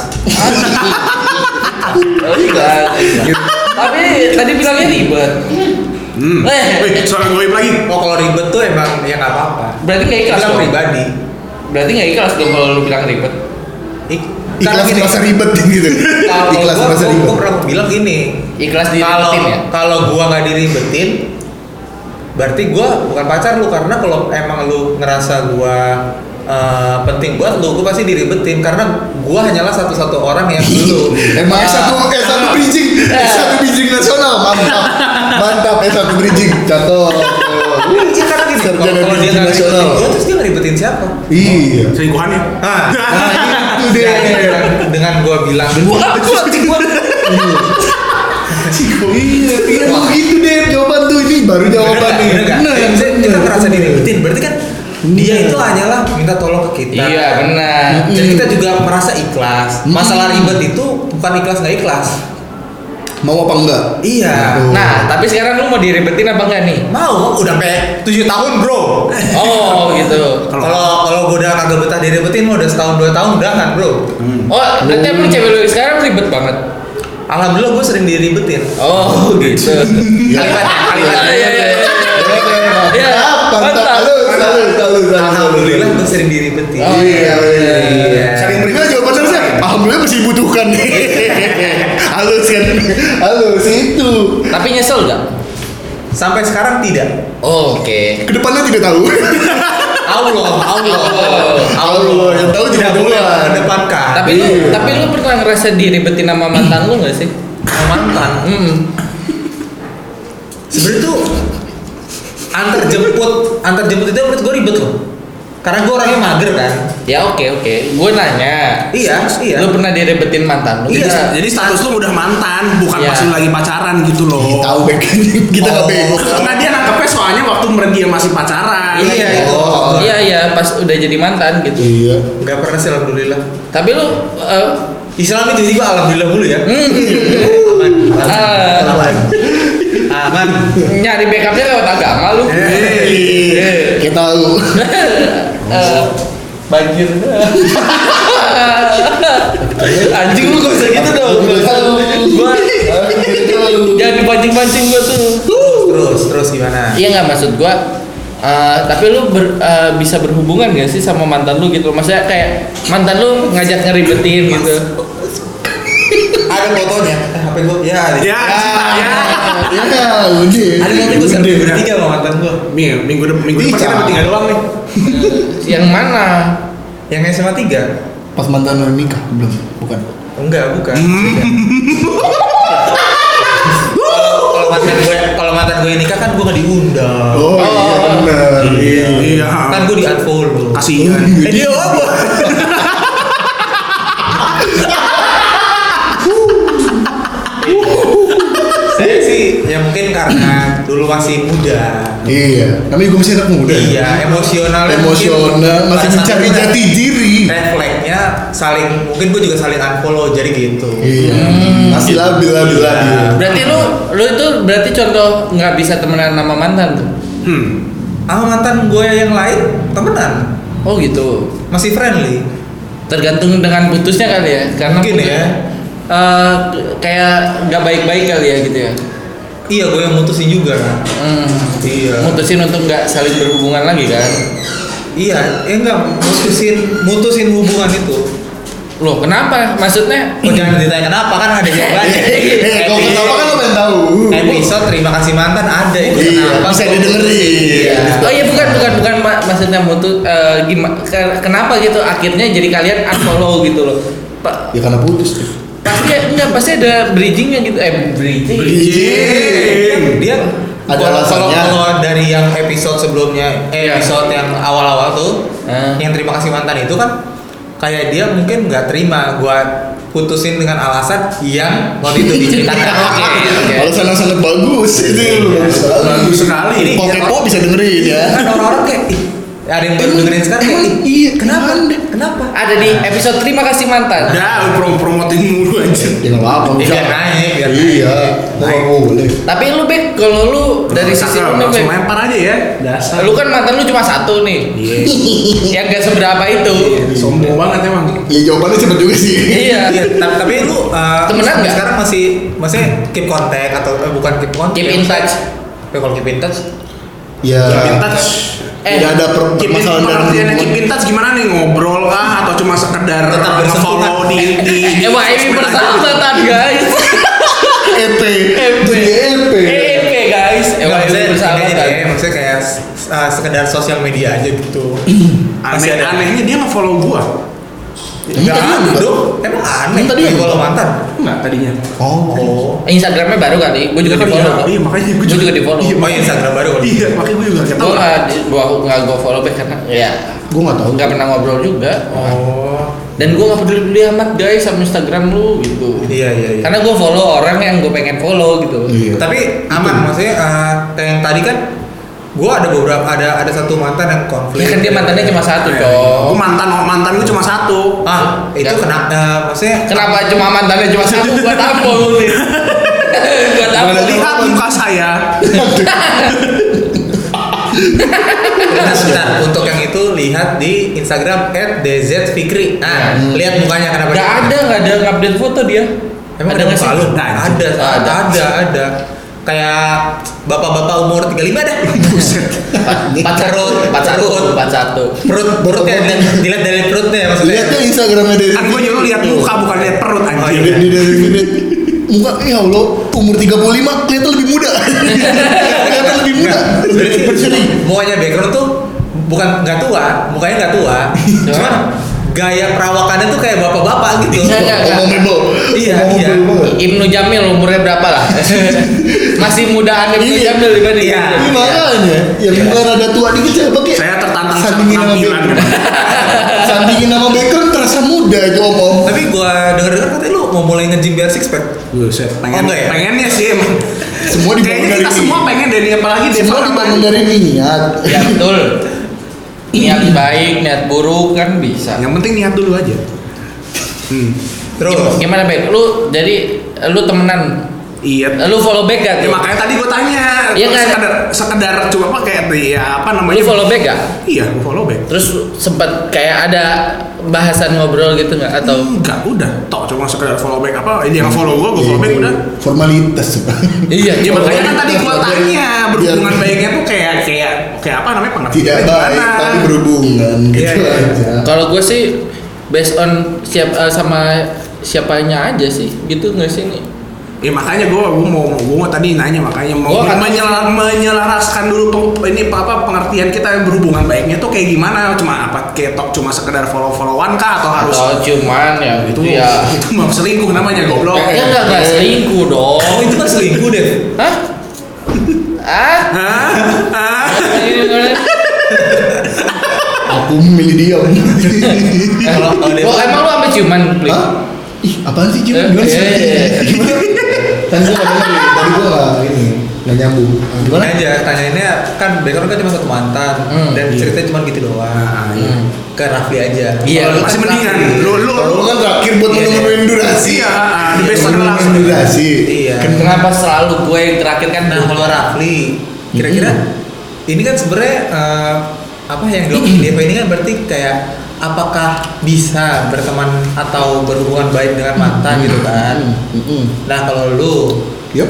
Oh, ikhlas. Tapi tadi bilangnya ribet. Wih, suara goib lagi. Oh kalau ribet tuh emang ya nggak apa-apa. Berarti gak ikhlas Bilang dong. pribadi. Berarti gak ikhlas dong kalau lu bilang ribet. Ikhlas merasa ribet gitu. Ikhlas merasa ribet. Gue pernah bilang gini. Ikhlas diribetin ya. Kalau gua nggak diribetin, berarti gua bukan pacar lu, karena kalau emang lu ngerasa gua penting buat lu, gua pasti diribetin karena gua hanyalah satu-satu orang yang lu. Emang satu bridging nasional, mantap satu bridging, cakep. Iya karena gini, Sarjana kalau dia bridging nggak nasional. ribetin gua, terus dia nggak ribetin siapa? Iya. Selingkuhannya. Nah, Itu deh. dengan gua bilang Iya, begitu deh jawaban tuh, ini baru jawaban nih. Bener kan? Kita ngerasa diribetin, berarti kan dia itu hanyalah minta tolong ke kita. Iya benar. Dan kita juga merasa ikhlas. Masalah ribet itu bukan ikhlas nggak ikhlas. Mau apa enggak? Iya. Nah, tapi sekarang lu mau diribetin apa enggak nih? Mau, udah sampai 7 tahun bro. Oh gitu. Kalau gue udah kagak betah diribetin, udah setahun 2 tahun udah kan bro. Oh, berarti emang cewek lu sekarang ribet banget. Alhamdulillah gue sering diribetin. Oh gitu. Kalimatnya. Iya. Mantap. Salut. Alhamdulillah gue sering diribetin. Oh iya. Sering berikan jawabannya sih. Alhamdulillah masih dibutuhkan nih. Halus kan. Halus itu. Tapi nyesel nggak? Sampai sekarang tidak. Oh, oke. Kedepannya tidak tahu. Allah yang tahu Tidak cuma boleh Tuhan. mengedepankan. Tapi lu pernah ngerasa diribetin sama mantan lu nggak sih? mantan. Sebenarnya tuh antar jemput itu menurut gue ribet loh. Karena gue orangnya mager kan. Ya oke. Gue nanya. Iya. Lu pernah diribetin mantan lu? Iya. Jadi status lu udah mantan, bukan Iya. pas lu lagi pacaran gitu loh. Tahu bek kita nggak bego. Karena dia nangkepnya soalnya waktu dia masih pacaran. Iya itu. Iya, pas udah jadi mantan gitu. Iya. Gak pernah sih alhamdulillah. Tapi lu Islam itu juga alhamdulillah dulu ya. Aman. nyari backupnya lewat agama lu. Kita tahu. Banjir. Anjing lu gak bisa gitu dong. Gua jangan dipancing-pancing gua tuh. Terus gimana? Iya nggak maksud gua. Tapi lu bisa berhubungan gak sih sama mantan lu gitu? Maksudnya kayak mantan lu ngajak ngeribetin gitu. Ada fotonya. HP gua. Ya. Ya, udah. Ada foto gua sampai bertiga sama mantan gua. Minggu depan kita bertiga doang nih. Yang mana? Yang SMA 3. Pas mantan lu nikah belum? Bukan. Enggak, bukan. Kalau mantan gue nikah kan gue nggak diundang. Oh, iya benar. Iya. Kan gue di unfollow. Kasihan. Dia apa? Saya sih ya mungkin karena dulu masih muda. Iya. Namanya gue masih anak muda. Iya, emosional masih mencari jati diri. Refleksnya saling, mungkin gue juga saling unfollow jadi gitu. Iya. Masih labil. Berarti lu itu berarti contoh nggak bisa temenan sama mantan tuh? Sama mantan gue yang lain temenan, Oh gitu. masih friendly. Tergantung dengan putusnya kali ya. Karena Mungkin ya. Kayak nggak baik-baik kali ya gitu ya. Iya, gue yang mutusin juga kan. Iya. Mutusin untuk nggak saling berhubungan lagi kan? Iya, enggak mutusin hubungan itu. Loh kenapa? Maksudnya? Oh, jangan ditanya kenapa, kan ada jawabannya. Kalau ketawa kan lo pengen tahu. Episode terima kasih mantan ada itu Iya, kenapa? bisa didengerin. Iya. Oh iya bukan maksudnya gimana? Kenapa gitu? Akhirnya jadi kalian unfollow gitu loh. Pak, Ya karena putus. pasti ada bridgingnya gitu. Bridging. Dia Ada alasannya. kalau dari yang episode sebelumnya, episode yang awal-awal tuh, yang terima kasih mantan itu kan kayak dia mungkin nggak terima gua putusin dengan alasan yang waktu itu diceritakan. Oke. Alasan yang sangat bagus itu. Bagus sekali. Ini Pokepo bisa dengerin ya. kan orang-orang kayak ada yang baru dengerin sekarang kayak Iya, kenapa? Ada di episode terima kasih mantan. Udah promotin mulu aja. Ya nggak apa-apa. bisa. Biar naik, biar Iya. naik. Oh, boleh. Tapi lu Bek, kalau lu dari sisi lu nih langsung Bek, lempar aja ya. Dasar. lu kan mantan lu cuma satu nih. Yang gak seberapa itu. Sombong banget emang. Ya jawabannya cepet juga sih. Iya. Iya, tapi lu Temenan sampai nggak? sekarang masih keep contact atau bukan keep contact? Keep in touch. Tapi kalau keep in touch, Ya. Keep in touch. Tidak ada permasalahan dalam Pengertiannya keep in touch gimana nih, ngobrol kah atau cuma sekedar Tetap bersentuhan. follow di ini persahabatan guys. EP. EP. Jadi EP. EP guys. maksudnya Persahabatan. maksudnya kayak sekedar sosial media aja gitu. Masih ada. Anehnya dia nge-follow gua. Enggak ada Dong, emang aneh. Tadi Tadi kalau mantan. Enggak tadinya. Oh. Instagramnya baru kali. Gue juga di follow. Iya, makanya Gue juga di follow. Oh, Instagram baru. Iya, makanya gua juga Gue nggak follow back karena ya Gue nggak tahu. nggak pernah ngobrol juga. Oh. Dan gue nggak peduli amat guys sama Instagram lu gitu. Iya. Karena gue follow orang yang gue pengen follow gitu. Iya. Tapi aman, maksudnya kayak yang tadi kan gua ada beberapa ada satu mantan yang konflik. Ya kan dia mantannya cuma satu Gua dong. mantan gua cuma satu. Itu Ya. kenapa maksudnya Kenapa cuma mantannya cuma satu? Gue tampol nih. lihat muka saya. Sebentar, untuk yang itu lihat di Instagram @dzfikri. Nah, lihat mukanya kenapa? Nggak ada update foto dia. Emang ada ada nggak sih? muka lu? Ada. Ada. Kayak bapak-bapak umur 35 dah. Buset. Perutnya dilihat dari perutnya maksudnya. Lihatnya Instagramnya dari. Kan gue nyuruh lihat muka bukan lihat perut anjing. Di dari muka ya Allah umur 35 kelihatan lebih muda. Kelihatan lebih muda. Berarti mukanya background tuh bukan nggak tua, mukanya nggak tua. Cuman gaya perawakannya tuh kayak bapak-bapak gitu. Iya. Ibnu Jamil umurnya berapa lah? Masih mudaan Ibnu Jamil dibanding. Iya. Ini makanya yang muka rada tua dikit saya pakai. Saya tertantang sandingin nama penampilan. sandingin nama background terasa muda itu om. Tapi gua dengar katanya lu mau mulai nge-gym biar six pack. Buset, enggak ya? pengennya sih emang. Semua dibangun Kayaknya dari kita ini. semua pengen dari apalagi Semua dibangun dari niat. Ya betul. Niat baik, niat buruk kan bisa. Yang penting niat dulu aja. Terus Gimana Bek? Lu jadi lu temenan. Iya. Lu follow back gak Ya tuh? makanya tadi gue tanya. Iya kan? Sekedar cuma apa kayak ya apa namanya? Lu follow back gak? Iya, gue follow back. Terus sempat kayak ada bahasan ngobrol gitu nggak atau Enggak, udah. Tok cuma sekedar follow back apa? Dia yang follow gue follow back udah. Formalitas. iya Ya makanya kan tadi gue tanya berhubungan baiknya tuh kayak apa namanya pengertian Tidak baik tapi berhubungan gitu Iya. aja. kalau gue sih based on sama siapanya aja sih gitu nggak sih nih. Ya makanya gue tadi nanya makanya mau Gua kan- menyelaraskan dulu ini apa pengertian kita berhubungan baiknya tuh kayak gimana, cuma apa kayak tok cuma sekedar follow-followan kah atau harus Atau cuman ya itu gitu ya. itu mau selingkuh namanya goblok. Ya nggak selingkuh dong. oh itu kan selingkuh deh. Hah? Ah? Hah? Aku memilih diam. Oh emang lu sampai ciuman? Plik? Hah? Ih, apaan sih Jim? Gimana sih? Gimana? Kan gue nggak dengar, tadi gue nggak nyambung. Gimana? Aja tanyainnya kan background kan cuma satu mantan dan ceritanya cuma gitu doang. Iya. Ke Rafli aja. Iya, Kalau lu Masih kan mendingan. Rafli. Lu kan terakhir buat Iya. menemuin durasi. Iya, the best adalah Menemuin durasi. Iya. Kenapa selalu gue yang terakhir kan? Nah kalau Rafli, kira-kira ini kan sebenarnya apa yang diomongin Deva ini kan berarti kayak apakah bisa berteman atau berhubungan baik dengan mantan gitu kan? Nah kalau lu, Yup.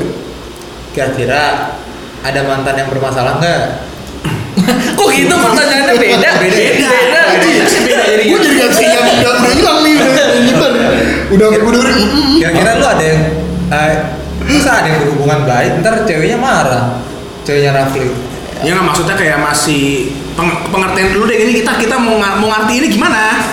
kira-kira ada mantan yang bermasalah nggak? Kok gitu pertanyaannya beda? Beda. Beda Gue jadi nggak siap, udah hilang nih, udah Kira-kira lu ada yang masa ada yang berhubungan baik, ntar ceweknya marah, ceweknya Rafli. Ya nggak maksudnya kayak masih pengertian dulu deh ini kita mau ngerti ini gimana?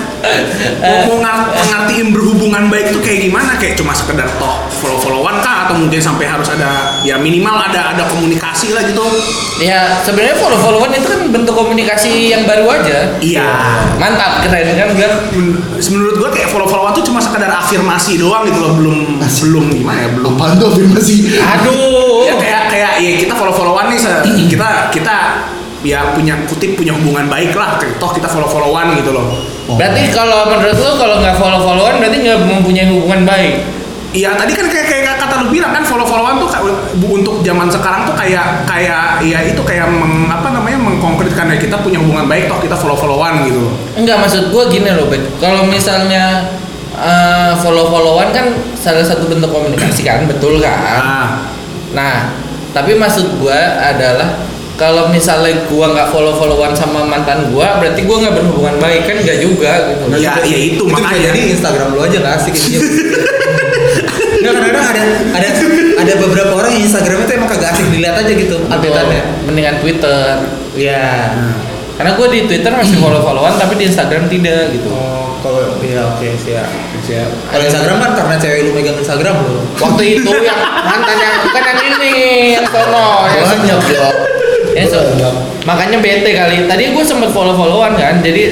mau ngertiin berhubungan baik itu kayak gimana? Kayak cuma sekedar toh follow-followan kah atau mungkin sampai harus ada ya minimal ada komunikasi lah gitu. Ya sebenarnya follow-followan itu kan bentuk komunikasi yang baru aja. Iya. Mantap, keren kan gue. Menurut gua kayak follow-followan tuh cuma sekedar afirmasi doang gitu loh, belum gimana ya, belum. Apaan tuh afirmasi? Aduh. Ya kayak ya kita follow-followan nih kita ya punya hubungan baik lah, toh kita follow-followan gitu loh. Berarti kalau menurut lo kalau nggak follow-followan berarti nggak mempunyai hubungan baik. Iya tadi kan kayak kata lu bilang kan follow-followan tuh untuk zaman sekarang tuh kayak ya itu kayak mengkonkretkan ya kita punya hubungan baik toh kita follow-followan gitu. Enggak, maksud gue gini loh, Bet. Kalau misalnya follow-followan kan salah satu bentuk komunikasi kan, betul kan? Nah, tapi maksud gue adalah kalau misalnya gue nggak follow-followan sama mantan gue, berarti gue nggak berhubungan baik kan? Nggak juga gitu. Ya itu makanya. Jadi Instagram lu aja nggak asik ini. Nggak, kadang-kadang ada beberapa orang yang Instagramnya tuh emang kagak asik dilihat aja gitu update-annya. Mendingan Twitter. Iya. Karena gue di Twitter masih follow-followan, tapi di Instagram tidak gitu. Oh, kalau iya oke siap. Kalau Instagram kan karena cewek lu megang Instagram lu. Waktu itu yang mantan yang bukan yang ini, yang sono, yang Banyak loh. ya so, makanya bete kali. Tadi gue sempet follow-followan kan, jadi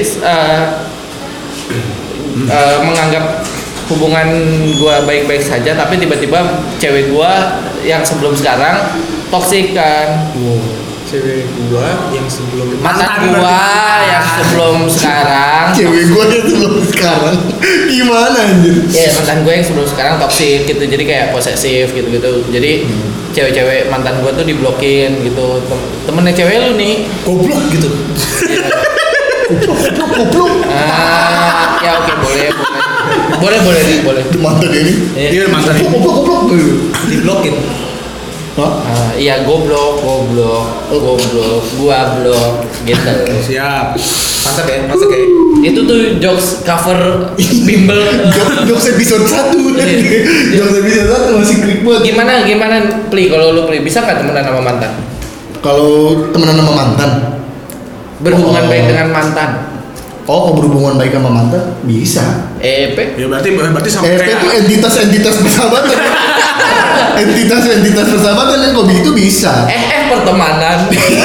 menganggap hubungan gue baik-baik saja, tapi tiba-tiba cewek gue yang sebelum sekarang toksik kan. Cewek gua yang sebelum Mantan gua yang sebelum sekarang. Cewek gue yang sebelum sekarang gimana anjir? Ya mantan gue yang sebelum sekarang toksik gitu, jadi kayak posesif gitu-gitu. Jadi cewek-cewek mantan gue tuh diblokin gitu. Temennya cewek lu nih. Goblok gitu. Goblok. Ya oke boleh nih boleh. Mantan ini. Iya mantan. Goblok. diblokin. Hah? Iya goblok, gua blok gitu. Siap. Mantap ya. Itu tuh jokes cover Bimbel. Jokes episode 1 Jokes episode 1 masih klik banget. Gimana Pli, kalau lu Pli bisa nggak temenan sama mantan? Kalau temenan sama mantan Berhubungan Oh. baik dengan mantan. kalau berhubungan baik sama mantan bisa. EP? Ya berarti sama EP itu entitas persahabatan. entitas persahabatan yang hobi itu bisa. Pertemanan.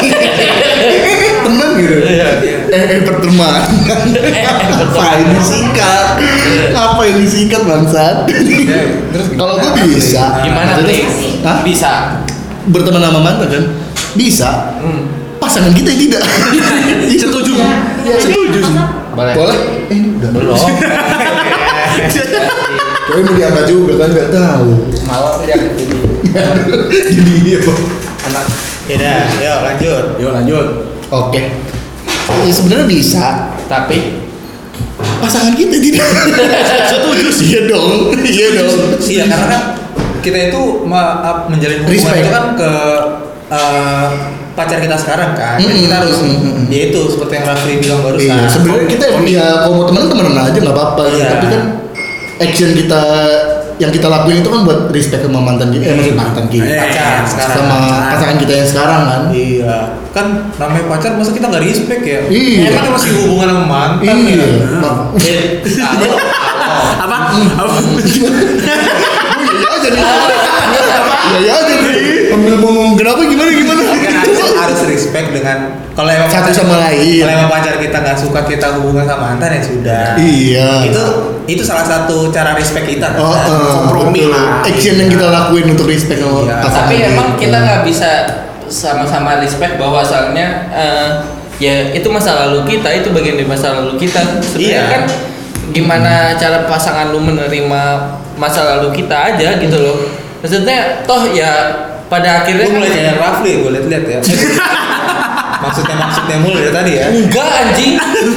Temen gitu. Pertemanan. Apa yang disingkat? Apa yang disingkat bangsat? Terus Kalau gue bisa. Gimana Maksudnya, Pli? hah? Bisa. Berteman sama mantan kan? Bisa. Pasangan kita yang tidak. Setuju. Ya, setuju sih. Boleh? Ini udah Belum. Tapi mau diangkat juga kan nggak tahu. Malah ya jadi Jadi dia anak. yuk lanjut. Oke. Ya, sebenarnya bisa. Tapi Pasangan kita tidak. Setuju sih. Iya dong. Iya karena kan kita itu menjalin hubungan Respect. itu kan ke pacar kita sekarang kan. Jadi kita harus ya itu seperti yang Rafli bilang barusan. Iya, sebenarnya kita ya kalau mau temenan aja nggak apa-apa. Iya. Tapi kan action kita yang kita lakuin itu kan buat respect sama mantan kita, maksud mantan kita, pacar sekarang. sama pasangan kita yang sekarang kan. Iya, kan namanya pacar masa kita nggak respect ya? Iya. Emang masih hubungan sama mantan Iya. ya? Halo. Apa? Ya aja nih. Ambil ngomong kenapa gimana? Kan harus respect dengan kalau emang Satu pacar- sama lain. Kalau emang pacar kita nggak suka kita hubungan sama mantan ya sudah. Iya. Itu salah satu cara respect kita. Kan? kompromi betul. lah. Action yang kita lakuin untuk respect sama Iya. pasangan Tapi emang kita kita. nggak bisa sama-sama respect bahwasannya ya itu masa lalu kita, itu bagian dari masa lalu kita. Sebenarnya Iya. kan gimana cara pasangan lu menerima masa lalu kita aja gitu loh. Maksudnya toh ya pada akhirnya Gue mulai kan- kayak Rafli, gue liat-liat ya. maksudnya mulu dari tadi ya. enggak anjing.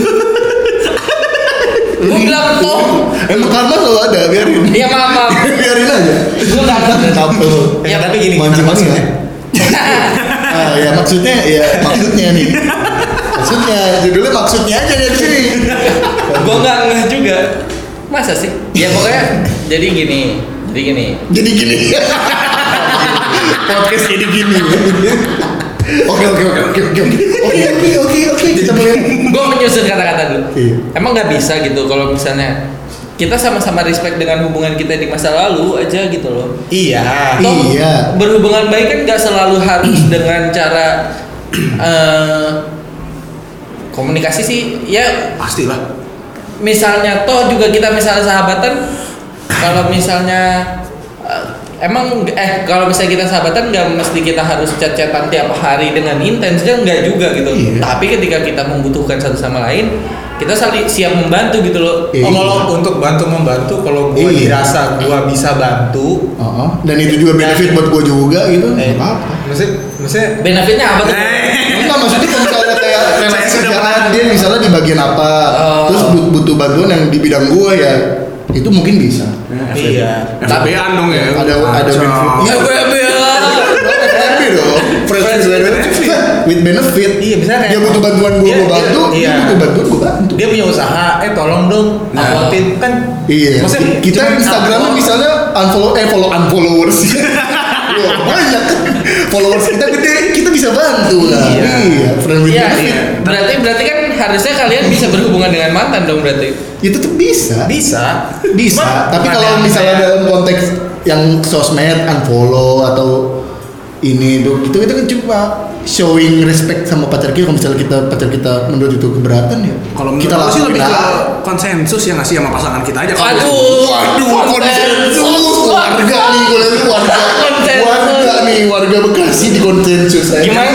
Gue bilang toh. Emang karma selalu ada, biarin. Iya maaf. Biarin aja. Gue nggak ada. Kenapa lo? Ya tapi gini, Mancing gimana maksudnya? maksudnya? Ya maksudnya nih. Maksudnya judulnya maksudnya aja dari sini. Gue nggak ngeh juga. Masa sih? Ya pokoknya jadi gini. Jadi gini. Podcast jadi gini. Oke. Kita mulai. Gue menyusun kata-kata dulu. Iya. Emang nggak bisa gitu kalau misalnya kita sama-sama respect dengan hubungan kita di masa lalu aja gitu loh. Iya. Toh, Iya. berhubungan baik kan nggak selalu harus dengan cara komunikasi sih. Ya Pastilah. misalnya toh juga kita misalnya sahabatan, kalau misalnya kalau misalnya kita sahabatan nggak mesti kita harus chat-chatan tiap hari dengan intens, kan nggak juga gitu. Iya. Tapi ketika kita membutuhkan satu sama lain, kita saling siap membantu gitu loh. Iya. Kalau untuk membantu, kalau gue Iya. dirasa gue bisa bantu, Dan itu juga benefit buat gue juga gitu. Nggak apa-apa. maksudnya Benefitnya apa tuh? Enggak, maksudnya kalau misalnya kayak relasi Saya sudah kerjaan pernah. dia misalnya di bagian apa, Oh. terus butuh bantuan yang di bidang gue ya, itu mungkin bisa. iya. FBA dong ya. Ada benefit. Iya, FWB dong. Friends with benefit. Iya, misalnya kayak- dia butuh bantuan gue bantu, Iya. dia butuh bantuan gue bantu. Dia punya usaha, tolong dong, uploadin kan. Iya. Maksudnya Kita cuma Instagramnya upload. misalnya unfollowers. Wah, banyak kan. Followers kita gede, kita bisa bantu lah. Iya. Iya, friend with Iya, benefit. berarti kan harusnya kalian bisa berhubungan dengan mantan dong berarti. Ya tetap bisa. bisa. Bisa, tapi bukan kalau yang misalnya kayak- dalam konteks yang sosmed, unfollow atau ini itu kan cuma showing respect sama pacar kita. Kalau misalnya pacar kita menurut itu keberatan ya, Kalau menurut kita aku sih lakuin lebih ke aja. konsensus ya nggak sih sama pasangan kita aja. Waduh, Konsensus warga nih, gue lihat warga Konsensus. warga nih, warga Bekasi di konsensus. Gimana tuh? Maksudnya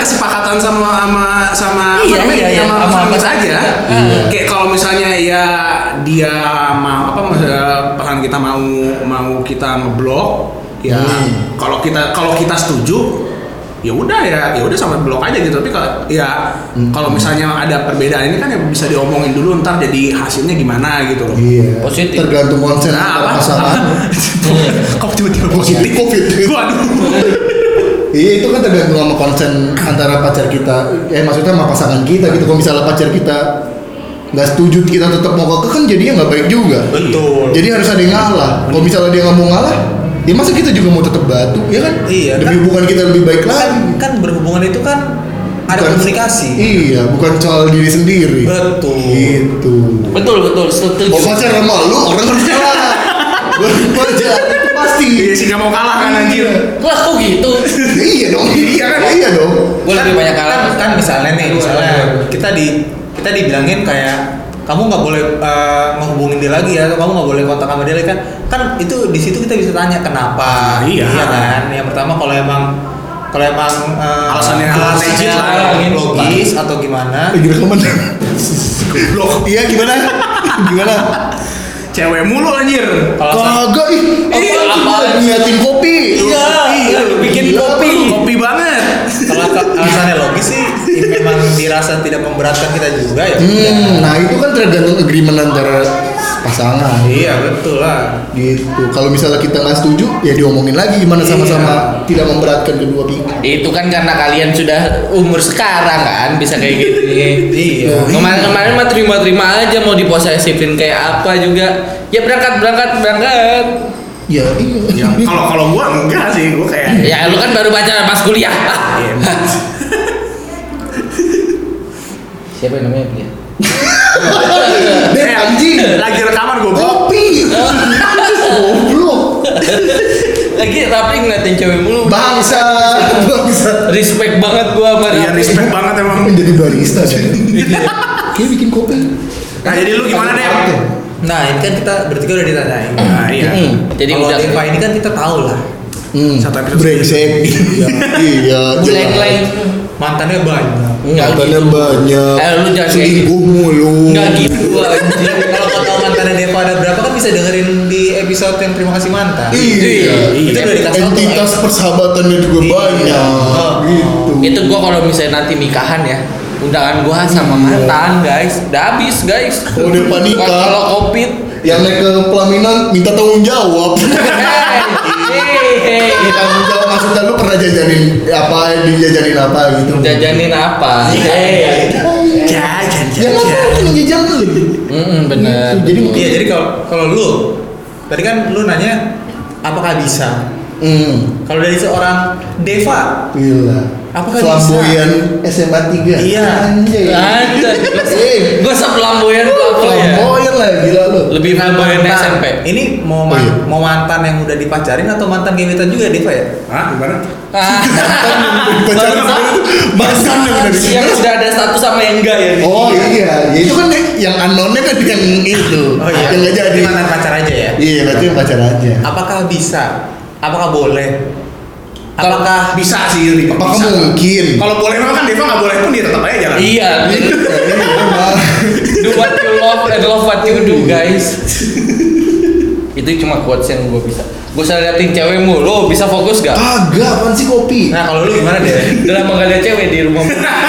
kesepakatan sama Iya, sama apa aja. Kayak kalau misalnya ya dia mau pasangan kita mau kita ngeblok, ya kalau kita setuju ya udah sampai blok aja gitu. Tapi kalau misalnya ada perbedaan ini kan ya bisa diomongin dulu, ntar jadi hasilnya gimana gitu loh. Iya. Positif. Tergantung konsen pasangan. Kok tiba-tiba positif? Covid. Waduh. Iya, itu kan tergantung sama konsen antara pacar kita. Maksudnya sama pasangan kita gitu. Kalau misalnya pacar kita nggak setuju, kita tetap mau kekeh, kan jadinya nggak baik juga. Betul. Jadi harus ada yang ngalah. Kalau misalnya dia nggak mau ngalah, ya masa kita juga mau tetap batu, ya kan? Iya, Demi kan- hubungan kita lebih baik lagi. Kan berhubungan itu kan ada Bukan- komunikasi. Iya, bukan soal diri sendiri. Betul. Gitu. Betul, setuju. Mau pacar sama lu, orang harus kalah. Pacar, itu pasti. Iya sih, nggak mau kalah kan anjir. Lah kok gitu? Iya dong. Iya dong. Gue lebih banyak kalah. Kan misalnya kita dibilangin kayak kamu nggak boleh menghubungin dia lagi ya, atau kamu nggak boleh kontak sama dia lagi kan itu di situ kita bisa tanya kenapa. Iya. Kan. Yang pertama kalau emang Alasannya legit lah, logis atau gimana. Gila kemana? Blok. Iya gimana? Gimana? Cewek mulu anjir. Kagak ih. Apa? Niatin kopi. Iya, bikin Gila, kopi. Kopi banget. Kalau alasannya logis sih, memang dirasa tidak memberatkan kita juga ya. Nah itu kan tergantung agreement antara pasangan. Iya betul lah. Gitu. Kalau misalnya kita nggak setuju, ya diomongin lagi gimana sama-sama tidak memberatkan kedua pihak. Itu kan karena kalian sudah umur sekarang kan bisa kayak gitu. Iya. Kemarin mah terima aja, mau diposesifin kayak apa juga. Ya berangkat. Ya iya. Ya, kalau gua enggak sih, gua kayak Ya lu kan baru pacaran pas kuliah. Iya. Siapa yang namanya dia? Anjing. Lagi rekaman gua. Kopi. Goblok. Lagi tapi ngeliatin cewek mulu. Bangsa. Respect banget gua sama Iya, Rafi. respect banget emang. Menjadi barista kan. Kayak bikin kopi. Nah, jadi lu gimana deh? Nah ini kan kita bertiga udah ditanyain. Nah, iya. Jadi Kalau udah Deva ini kan kita tahu lah. Satu episode Brengsek. Iya. mulai Mantannya banyak. enggak Mantannya gitu. banyak. Lu jangan kayak gitu. Selingkuh mulu. Enggak gitu anjing. Kalau kau tahu mantannya Deva ada berapa kan bisa dengerin di episode yang terima kasih mantan. Iya. Itu udah dikasih tahu. Entitas persahabatannya juga Iya. banyak. Gitu. Itu gua kalau misalnya nanti nikahan ya, undangan gua sama mantan guys, udah habis guys. Kalau udah panikah. Kalau covid, Yang naik ke pelaminan minta tanggung jawab. hei, Tanggung jawab maksudnya lu pernah jajanin apa, dijajanin apa gitu. jajanin apa? Jajan. Ya ngapain jajan lu? Bener. Jadi mungkin Iya jadi kalau lu tadi kan lu nanya apakah bisa? Kalau dari seorang Deva, gila. apakah Flamboyan SMA 3. Iya. Anjay. Ada. Gua flamboyan ya. Flamboyan lah gila lu. Lebih flamboyan mantan. SMP. Ini mau Oh, iya. mau mantan yang udah dipacarin atau mantan gebetan juga Deva ya? Hah, gimana? Pacaran mantan yang udah di- Yang sudah ada status sama yang enggak ya? Oh iya, ya itu kan yang unknown-nya kan yang itu. Yang nggak jadi. Ini mantan pacar aja ya? Iya, berarti yang pacar aja. Apakah bisa? Apakah boleh? Apakah Bisa sih, Ri. Apakah Bisa. mungkin? Kalau boleh memang kan Deva nggak boleh pun dia tetap aja jalan. Iya. Do what you love and love what you do, guys. Itu cuma quotes yang gue bisa. Gue usah liatin cewek mulu, bisa fokus gak? Kagak, apaan sih kopi? Nah kalau lu gimana deh? Udah lama gak ada cewek di rumah.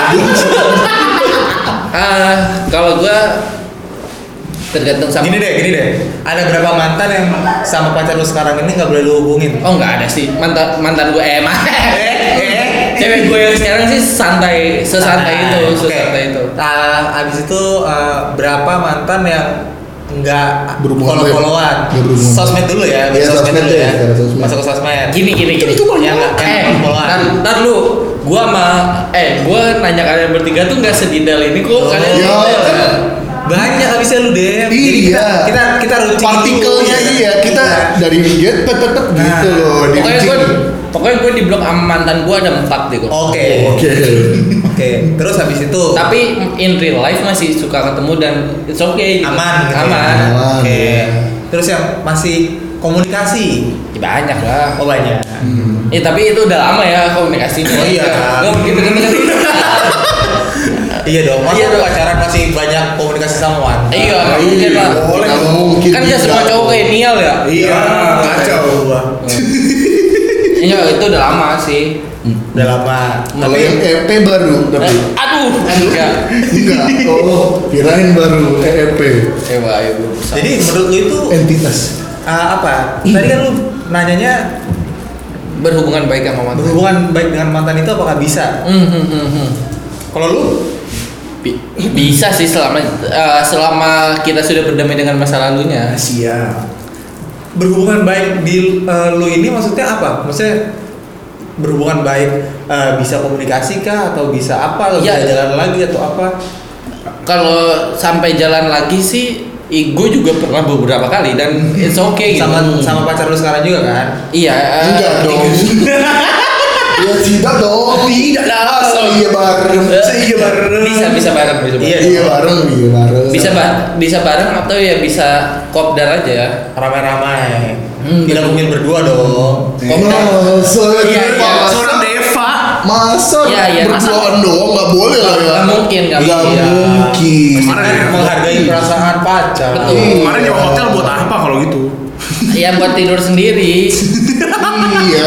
Kalau gue tergantung sama. Gini deh. Ada berapa mantan yang sama pacar lu sekarang ini nggak boleh lu hubungin? Oh nggak ada sih, mantan gue cewek gue yang sekarang sih sesantai itu. Abis itu berapa mantan yang nggak Berhubungan follow-followan? Nggak berhubungan. Sosmed dulu ya, Iya, sosmed sosmed dulu deh, ya. sekarang sosmed. Masuk ke sosmed. Gini. Yang nggak follow-followan. Ntar lu, gue nanya kalian bertiga tuh nggak sedetail ini kok kalian. Ya. Banyak habisnya lu deh. Jadi Iya. kita runcing Partikelnya dulu. iya, kita dari get pet gitu loh. Pokoknya gue di blok sama mantan gue ada 4 deh kok. Oke. Oke. Terus habis itu Tapi in real life masih suka ketemu dan it's okay. Gitu. aman gitu ya? Aman. Oke. Terus yang masih komunikasi Ya, banyak lah. banyak. Tapi itu udah lama ya komunikasinya. Oh iya. Nggak begitu ketika Iya dong, masa lu pacaran masih banyak komunikasi sama mantan? Iya, nggak mungkin lah. Nggak mungkin. Kan nggak semua cowok kayak Nial ya. Iya, kacau gua. Iya, itu udah lama sih. Udah lama. Kalau yang EP baru tapi Aduh, enggak. enggak. Oh, kirain baru EP. Ayo gue. Jadi menurut lu itu Entitas. apa? Tadi kan lu nanyanya berhubungan baik sama mantan. berhubungan baik dengan mantan itu apakah bisa? Kalau lu Bisa sih selama kita sudah berdamai dengan masa lalunya. Siap. berhubungan baik di lu ini maksudnya apa? Maksudnya berhubungan baik bisa komunikasi kah atau bisa apa? Atau Ya. bisa jalan lagi atau apa? Kalau sampai jalan lagi sih, gue juga pernah beberapa kali dan it's okay gitu. Sama pacar lu sekarang juga kan? Iya. Enggak dong. Ya tidak dong. Tidak lah. Asal iya bareng. Iya bareng. Bisa bareng. Iya bareng. Bisa bareng atau ya bisa kopdar aja ya. Ramai-ramai. Tidak mungkin berdua dong. Masa Iya. Seorang Deva. Masa Iya, berduaan doang nggak boleh lah ya. Nggak mungkin. mungkin. Kemarin Menghargai perasaan pacar. Betul. Kemarin nyewa hotel buat apa kalau gitu? Ya buat tidur sendiri. Iya.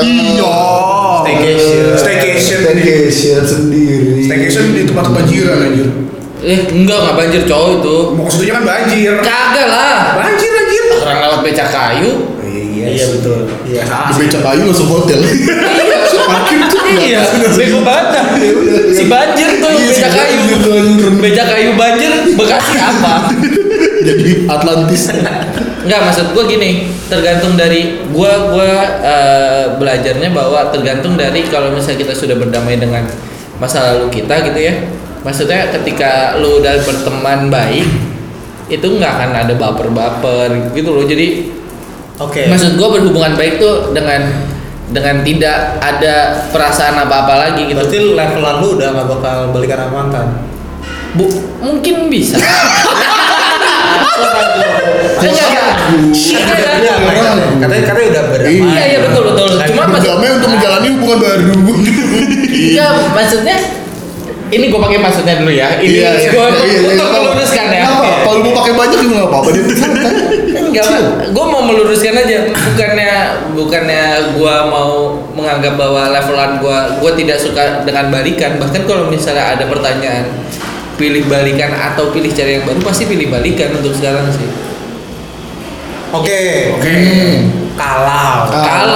Staycation sendiri. Staycation di tempat banjiran anjir. Enggak banjir cowok itu. Mau kesudunya kan banjir. Kagak lah. Banjir. Orang lewat becak kayu. Iya betul. Iya. Di becak kayu langsung hotel. Parkir tuh. Iya, bego banget. Si banjir tuh Iya, si becak kayu. banjir. Becak kayu banjir Bekasi apa? Jadi Atlantis. Enggak, maksud gua gini, tergantung dari gua belajarnya bahwa tergantung dari kalau misalnya kita sudah berdamai dengan masa lalu kita gitu ya. Maksudnya ketika lu udah berteman baik, itu nggak akan ada baper-baper gitu loh. Jadi Oke. maksud gua berhubungan baik tuh dengan tidak ada perasaan apa-apa lagi gitu. Berarti levelan lu udah gak bakal balikan sama mantan? Mungkin bisa. Katanya udah berdamai. Iya betul. Cuma berdamai untuk menjalani hubungan baru. iya maksudnya ini gue pakai maksudnya dulu ya. Ini gue untuk meluruskan ya. Kalau mau pakai banyak juga nggak apa-apa. Enggak, gue mau meluruskan aja. Bukannya gue mau menganggap bahwa levelan gue tidak suka dengan balikan. Bahkan kalau misalnya ada pertanyaan pilih balikan atau pilih cari yang baru, pasti pilih balikan untuk sekarang sih. Oke. Kalau.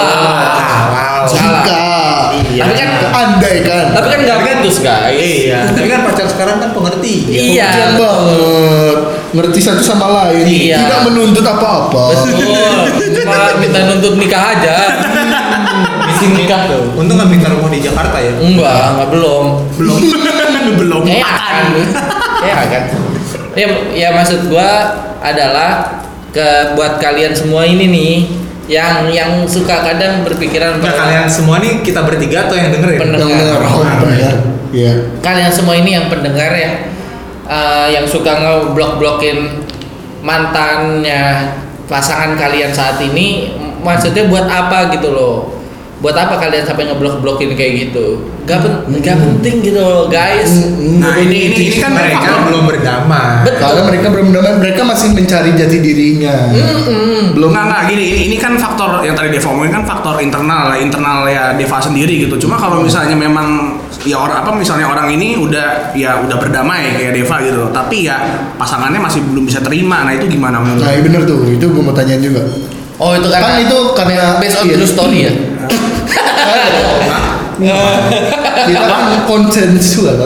Jika. Iya. Tapi kan nggak putus guys. Iya. Tapi kan pacar sekarang kan pengerti. Iya. pengertian banget. Ngerti satu sama lain. Iya. Tidak menuntut apa-apa. Betul. Malah minta nuntut nikah aja. Bikin nikah tuh. Untung nggak minta rumah di Jakarta ya. Enggak belum. Belum. Kan. Ya maksud gua adalah buat kalian semua ini nih yang suka kadang berpikiran Nah, kalian semua nih kita bertiga atau yang dengerin? Pendengar. Iya. Kalian semua ini yang pendengar ya, yang suka ngeblok-blokin mantannya pasangan kalian saat ini, maksudnya buat apa gitu loh? Buat apa kalian sampai ngeblok-blokin kayak gitu? Gak penting gitu loh guys. Nah ini kan Mereka belum berdamai. Karena mereka belum benar, mereka masih mencari jati dirinya. Belum. Nggak gini, ini kan faktor yang tadi Deva omongin kan faktor internal ya Deva sendiri gitu. Cuma kalau misalnya memang ya misalnya orang ini udah berdamai kayak Deva gitu, tapi ya pasangannya masih belum bisa terima. Nah itu gimana menurut? Nah, iya bener tuh. Itu gue mau tanyain juga. Oh itu Kan itu karena based on iya. true story ya. Kita kan konsensual.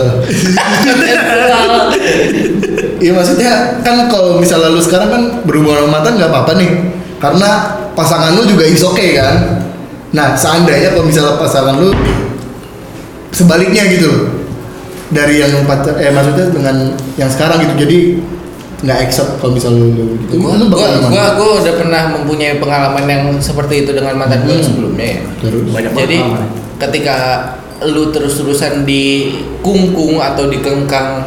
Iya maksudnya kan kalau misalnya lu sekarang kan berhubungan sama mantan nggak apa-apa nih, karena pasangan lu juga is okay kan. Nah seandainya kalau misalnya pasangan lu sebaliknya gitu, dari yang maksudnya dengan yang sekarang gitu, jadi nggak accept kalau misalnya lu gitu. Lu bakal gimana? Gua udah pernah mempunyai pengalaman yang seperti itu dengan mantan gue sebelumnya ya. Terus. Jadi ketika lu terus-terusan dikungkung atau dikengkang,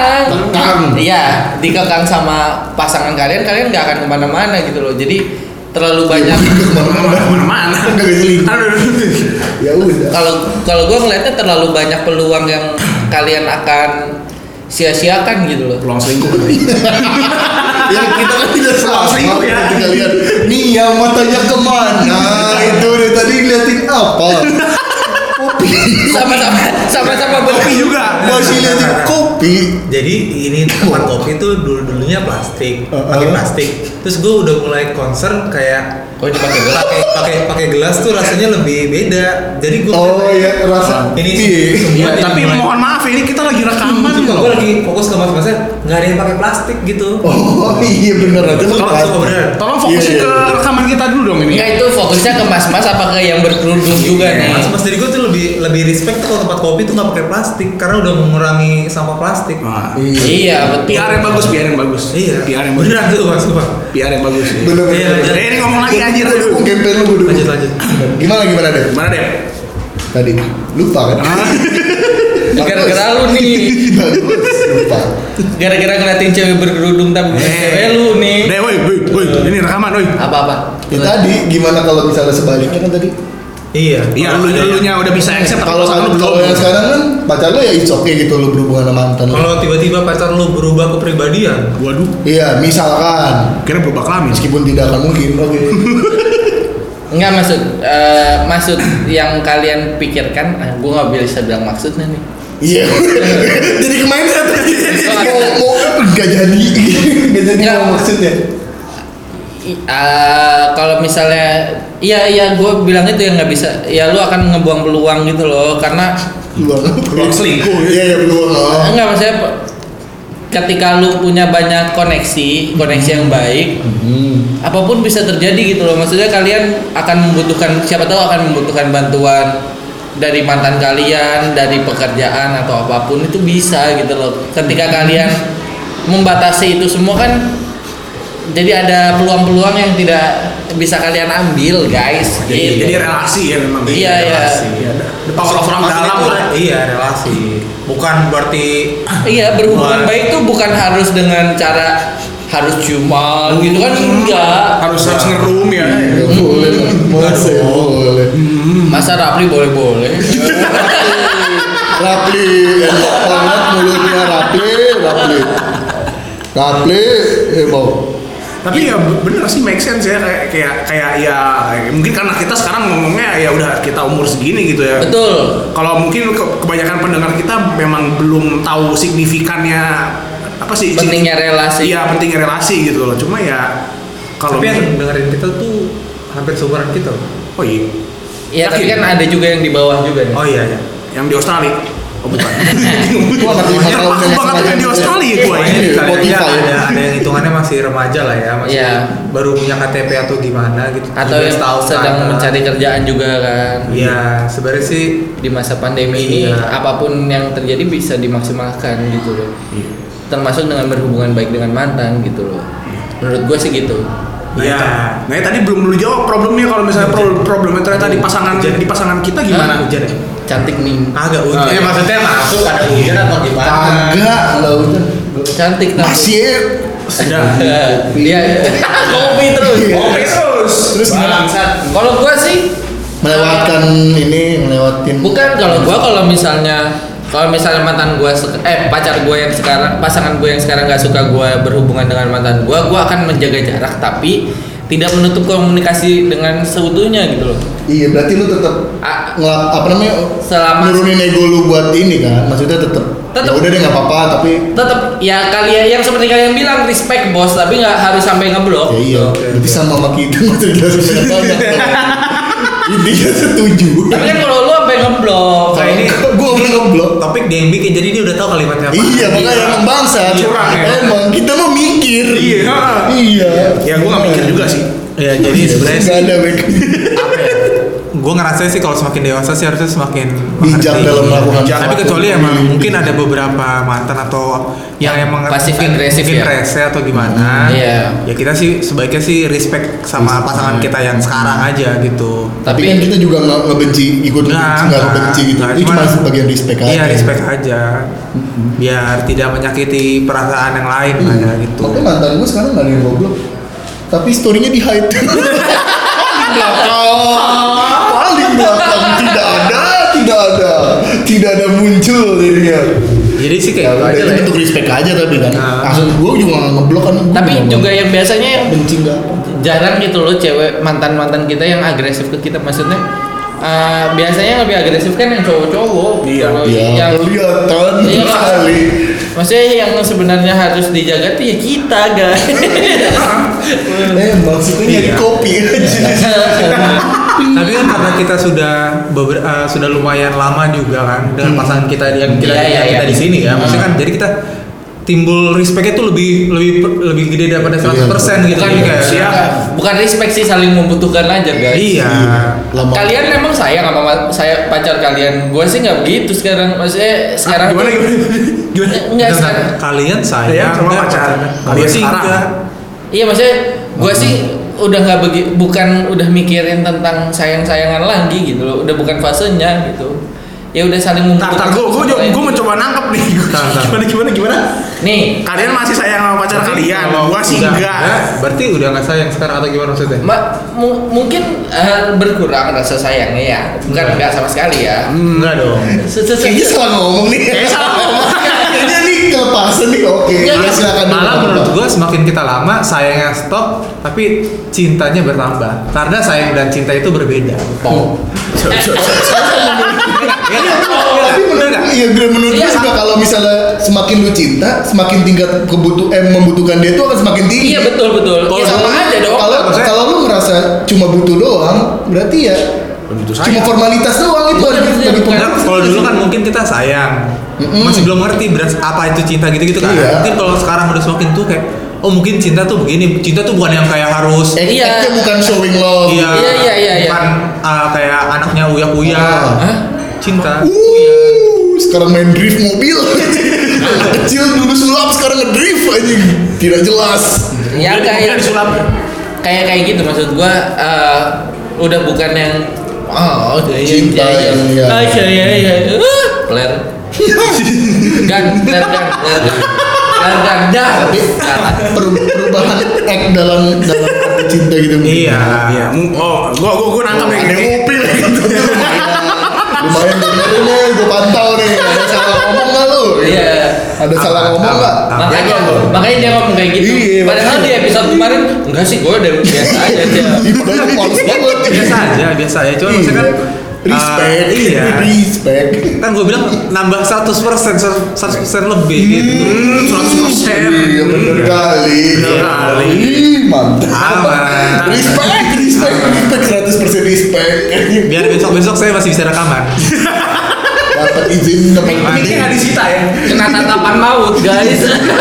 iya, dikekang sama pasangan kalian nggak akan kemana-mana gitu loh. Jadi terlalu banyak. Kemana-mana. Enggak selingkuh. Ya udah. Kalau gue ngeliatnya terlalu banyak peluang yang kalian akan sia-siakan gitu loh. Peluang selingkuh. Ya kita kan tidak Selingkuh selingkuh ya. Kita lihat nih yang matanya kemana itu dari tadi liatin apa kopi Sama-sama Kopi juga. masih liatin kopi. Jadi ini tempat kopi tuh dulunya plastik, pakai plastik. Terus gue udah mulai concern kayak Oh ini pakai gelas. pakai gelas tuh rasanya lebih beda. Jadi gue Ya rasa ini iya. Ya, tapi mohon maaf ini kita lagi rekaman gitu gue loh. lagi fokus ke mas-masnya nggak ada yang pakai plastik gitu. Oh iya bener itu Tolong kan. coba beneran. Tolong fokusin Iya, ke rekaman kita dulu dong ini. Enggak, itu fokusnya ke mas-mas apa ke yang berkerudung juga nih. Mas dari gue tuh lebih respect tuh kalau tempat kopi tuh nggak pakai plastik karena udah mengurangi sampah plastik. Wah. Iya betul. PR yang bagus, PR yang bagus. Iya. PR yang bagus. Beneran tuh mas, Pak. PR yang bagus. Bener Iya, bener. Ini ngomong lagi anjir. Aduh, campaign lu dulu. Lanjut. Gimana deh? Gimana deh? Tadi lupa kan? Gara-gara lu nih. Lupa. Gara-gara ngeliatin cewek berkerudung tapi cewek lu nih. Deh, woi, ini rekaman, woi. Apa-apa? Ya tadi gimana kalau misalnya sebaliknya kan tadi? Iya. Iya, lu-nya udah bisa accept tapi Kalau pasangan lu kalau belum. yang sekarang kan pacar lo ya it's okay gitu lo berhubungan sama mantan lo. Kalau tiba-tiba pacar lu berubah kepribadian, Waduh, Iya, misalkan kira berubah kelamin. meskipun tidak akan mungkin, oke. Enggak maksud yang kalian pikirkan, gue nggak bisa bilang maksudnya nih. Iya. Jadi kemarin saya mau nggak jadi, nggak jadi Nggak. mau maksudnya. Kalau misalnya iya gue bilang itu yang nggak bisa, ya lu akan ngebuang peluang gitu loh karena Peluang selingkuh. Iya ya peluang. enggak maksudnya ketika lu punya banyak koneksi yang baik, apapun bisa terjadi gitu loh. Maksudnya kalian akan membutuhkan, siapa tahu akan membutuhkan bantuan dari mantan kalian, dari pekerjaan atau apapun itu bisa gitu loh. Ketika kalian membatasi itu semua kan jadi ada peluang-peluang yang tidak bisa kalian ambil, guys. Jadi relasi ya memang. Iya, iya. Relasi. The power of orang dalam lah. Iya, relasi. Bukan berarti Iya, berhubungan baik tuh bukan harus dengan cara harus ciuman gitu kan, enggak. Harus ngerum ya. Ya boleh, masa ya boleh. Masa Rapli boleh-boleh. Rapli, enak banget mulutnya Rapli. Mau. Tapi ya bener sih make sense ya kayak ya mungkin karena kita sekarang ngomongnya ya udah kita umur segini gitu ya. Betul. Kalau mungkin kebanyakan pendengar kita memang belum tahu signifikannya apa sih Pentingnya relasi. Iya, pentingnya relasi gitu loh. Cuma ya kalau tapi yang dengerin kita tuh hampir seumuran kita. oh iya. Iya, tapi Yakin? kan ada juga yang di bawah juga nih. Oh iya ya. Yang di Australia. Oh bukan. Gua nggak terima Yang kalau aku yang banget yang di Australia gue. Ini Kayaknya Spotify. ada yang hitungannya masih remaja lah ya, masih Iya. baru punya KTP atau gimana gitu. Atau 17 yang tahun sedang ke atas. mencari kerjaan juga kan. Iya, sebenarnya sih Di masa pandemi ini Iya. apapun yang terjadi bisa dimaksimalkan gitu loh. Iya. Termasuk dengan berhubungan baik dengan mantan gitu loh. Menurut gue sih gitu. Iya. Nah, tadi belum jawab problemnya kalau misalnya problemnya ternyata di pasangan kita gimana? hujan ya? Cantik nih. Agak hujan. Ah, iya. Maksudnya masuk ada hujan atau gimana? Kagak, enggak udah. Cantik tapi. Masih Sudah. Iya. Kopi terus. Oke terus. Terus gimana? Bangsat. Kalau gue sih melewatin bukan, kalau misalnya mantan gue pacar gue yang sekarang, pasangan gue yang sekarang nggak suka gue berhubungan dengan mantan gue akan menjaga jarak tapi tidak menutup komunikasi dengan seutuhnya gitu loh. Iya, berarti lu tetap Selama nurunin ego lu buat ini kan, maksudnya tetap. Tetep. Ya udah deh nggak apa-apa, tapi tetap ya kalian yang seperti kalian bilang respect bos, tapi nggak harus sampai ngeblok. ya iya. Berarti sama kita masih jelasin banyak. Intinya setuju. Tapi kan kalau lu sampai ngeblok Kayak ini, gua udah ngeblok. Topik dia yang bikin, jadi dia udah tahu kalimatnya apa. Iya, makanya emang bangsa. Curang ya. Emang kita mau mikir. Iya. Iya. Ya gue nggak mikir juga sih. Ya jadi sebenarnya Nggak sih ada baik. apa ya? Gue ngerasa sih kalau semakin dewasa sih harusnya semakin Bijak mengerti. dalam melakukan Tapi sesuatu. kecuali emang mungkin ada beberapa mantan atau yang emang Pasif mungkin agresif ya? rese atau gimana. Iya. Ya kita sih sebaiknya sih respect sama pasangan kita yang sekarang aja gitu. Tapi kan kita juga nggak ngebenci, nggak ngebenci gitu. Itu cuma sebagian respect aja. Iya, respect aja. Biar tidak menyakiti perasaan yang lain aja gitu. Makanya mantan gue sekarang nggak ada yang goblok. tapi story-nya di hide. Paling belakang tidak ada muncul jadinya. Jadi sih kayak gitu aja Itu lah ya. bentuk respect aja tapi kan. Maksud gue juga nggak ngeblok kan. Gua Tapi juga yang biasanya benci nggak? jarang gitu loh cewek mantan kita yang agresif ke kita, maksudnya biasanya lebih agresif kan yang cowok-cowok. Iya. Kalau Iya, yang kelihatan Iya, kali. maksudnya yang sebenarnya harus dijaga tuh ya kita guys. Maksudnya nyari Iya. kopi aja. Tapi kan karena kita sudah lumayan lama juga kan dengan pasangan kita yang kita Iya. di sini ya. Maksudnya kan jadi kita timbul respect itu lebih gede daripada 100% gitu. Bukan, Jadi kayak bukan respect sih, saling membutuhkan aja guys. iya. Lama. Kalian memang sayang sama saya pacar kalian? Gua sih nggak begitu sekarang. Maksudnya sekarang Gimana? Enggak Dengan sekarang. kalian Iya, sayang sama enggak? pacar. Gua Kalian sih sekarang. enggak. Iya, maksudnya gua sih udah nggak bukan udah mikirin tentang sayang-sayangan lagi gitu loh. Udah bukan fasenya gitu. Ya udah saling membutuhkan. Gue mencoba nangkep nih. Gimana? Nih, Kalian masih sayang sama pacar kalian? Gua sih Udah, enggak. berarti udah enggak sayang sekarang atau gimana maksudnya? mungkin berkurang rasa sayangnya ya. Bukan enggak sama sekali ya. Enggak dong. Kayaknya salah ngomong nih. Kayaknya nih kelepasan nih. Oke. Iya, Ya, silakan. Malah menurut gua semakin kita lama sayangnya stop, tapi cintanya bertambah. Karena sayang dan cinta itu berbeda. Tapi menurut gue Iya. juga kalau misalnya semakin lu cinta, semakin tingkat membutuhkan dia itu akan semakin tinggi. Iya, betul. Ya sama aja dong. Kalau lu ngerasa cuma butuh doang, berarti ya cuma formalitas doang itu Bener, aja bener, bagi bener. pengaruh. Kalau dulu kan mungkin kita sayang, masih belum ngerti apa itu cinta gitu kan. Iya. Mungkin kalau sekarang udah semakin tuh kayak, oh mungkin cinta tuh begini, cinta tuh bukan yang kayak harus Iya. Actnya bukan showing love. Iya, Iya. bukan kayak anaknya uya-uya. Hah? Cinta. Sekarang main drift mobil. Anak kecil dulu sulap, sekarang ngedrift anjing. Tidak jelas. Ya kayak disulap. kayak gitu maksud gua, udah bukan yang Cinta yang ya. Player gan Tapi perubahan act dalam arti cinta gitu. Iya. Iya. Gua nangkep Ada nih. mobil gitu. Lumayan dari nih, gue pantau nih. Ada salah ngomong nggak lu? Iya. Ada salah ngomong nggak? Makanya dia ngomong kayak gitu. Iya, Padahal di episode kemarin enggak sih, gue udah biasa aja dia. Padahal males banget. Biasa aja. Cuma maksudnya kan Respect. iya. Respect. Kan gue bilang nambah 100% lebih gitu. 100%. Iya bener kali. Bener kali. Ih, mantap. Aman. Respect 100% respect. Biar besok saya masih bisa rekaman. Dapat izin teman Ini nggak disita ya? Kena tatapan maut, guys.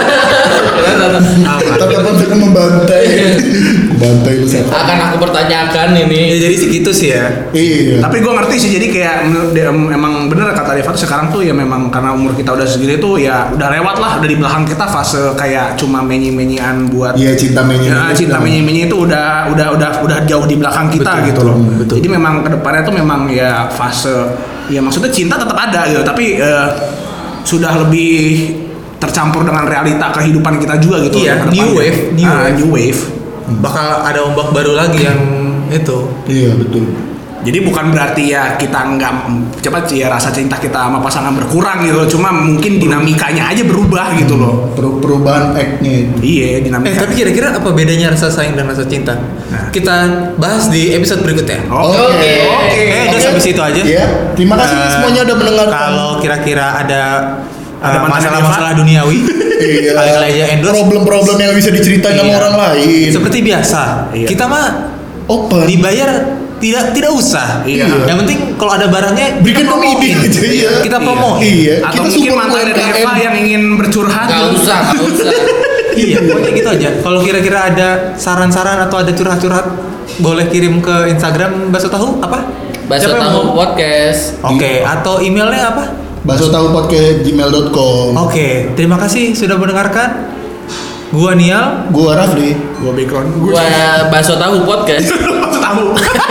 Tatapan suka membantai. Bantai lu siapa? Akan aku pertanyakan Ya ini. jadi segitu sih ya. Iya. Tapi gue ngerti sih, jadi kayak emang bener kata Deva tuh sekarang tuh ya memang karena umur kita udah segini tuh ya udah lewat lah, udah di belakang kita fase kayak cuma menyi-menyian buat Iya cinta menyi. ya, cinta menyi-menyi itu udah jauh di belakang kita Betul, gitu loh. betul. Jadi memang kedepannya tuh memang ya fase ya maksudnya cinta tetap ada gitu, tapi sudah lebih tercampur dengan realita kehidupan kita juga gitu. Iya, ke depannya. new wave. New wave. Bakal ada ombak baru lagi yang itu. Iya betul. Jadi bukan berarti ya kita nggak coba ya rasa cinta kita sama pasangan berkurang gitu, cuma mungkin dinamikanya aja berubah gitu loh. Perubahan act-nya itu. Iya dinamika. Tapi kira-kira apa bedanya rasa sayang dan rasa cinta? Nah. Kita bahas di episode berikutnya. Oke. Udah sampai situ aja. Iya. Terima kasih semuanya udah mendengarkan. Kalau kira-kira ada mantan masalah-masalah duniawi, Iya. kali-kali aja endorse. Problem-problem yang bisa diceritain sama Iya. orang lain. Seperti biasa, Iya. kita mah Open. dibayar tidak usah. Iya. Yang penting kalau ada barangnya Berikan kami ide aja ya. Kita promo. Iya. Atau Kita mungkin support mantan dari UMKM. Eva yang ingin bercurhat. Nggak usah. Iya, pokoknya gitu aja. Kalau kira-kira ada saran-saran atau ada curhat-curhat, boleh kirim ke Instagram Bakso Tahu apa? Bakso Siapa yang Tahu mau? Podcast. Oke, atau emailnya apa? baksotahu@gmail.com. Oke, terima kasih sudah mendengarkan. Gua Nial. Gua Rafli. Gue background. Gua Bakso Tahu Podcast. Gue tahu.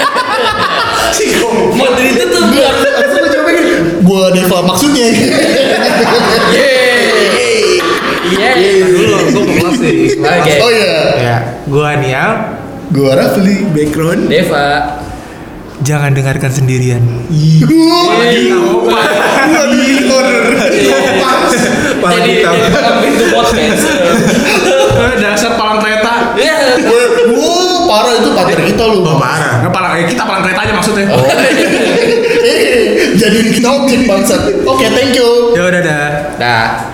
Mau ditutup Gua harus lu coba gini. Gua Deva maksudnya. Yeay. Dulu, gua mau kelas sih. Oke. Oh iya. Ya, gua Nial. Gua Rafli. Background. Deva. Jangan dengarkan sendirian. Jadi pintu podcast. Dasar palang kereta. Iya. Parah itu pacar kita lu. Oh, parah. Kita palang kereta aja maksudnya. Jadi kita objek bangsat. Oke, thank you. Ya udah dah. Dah.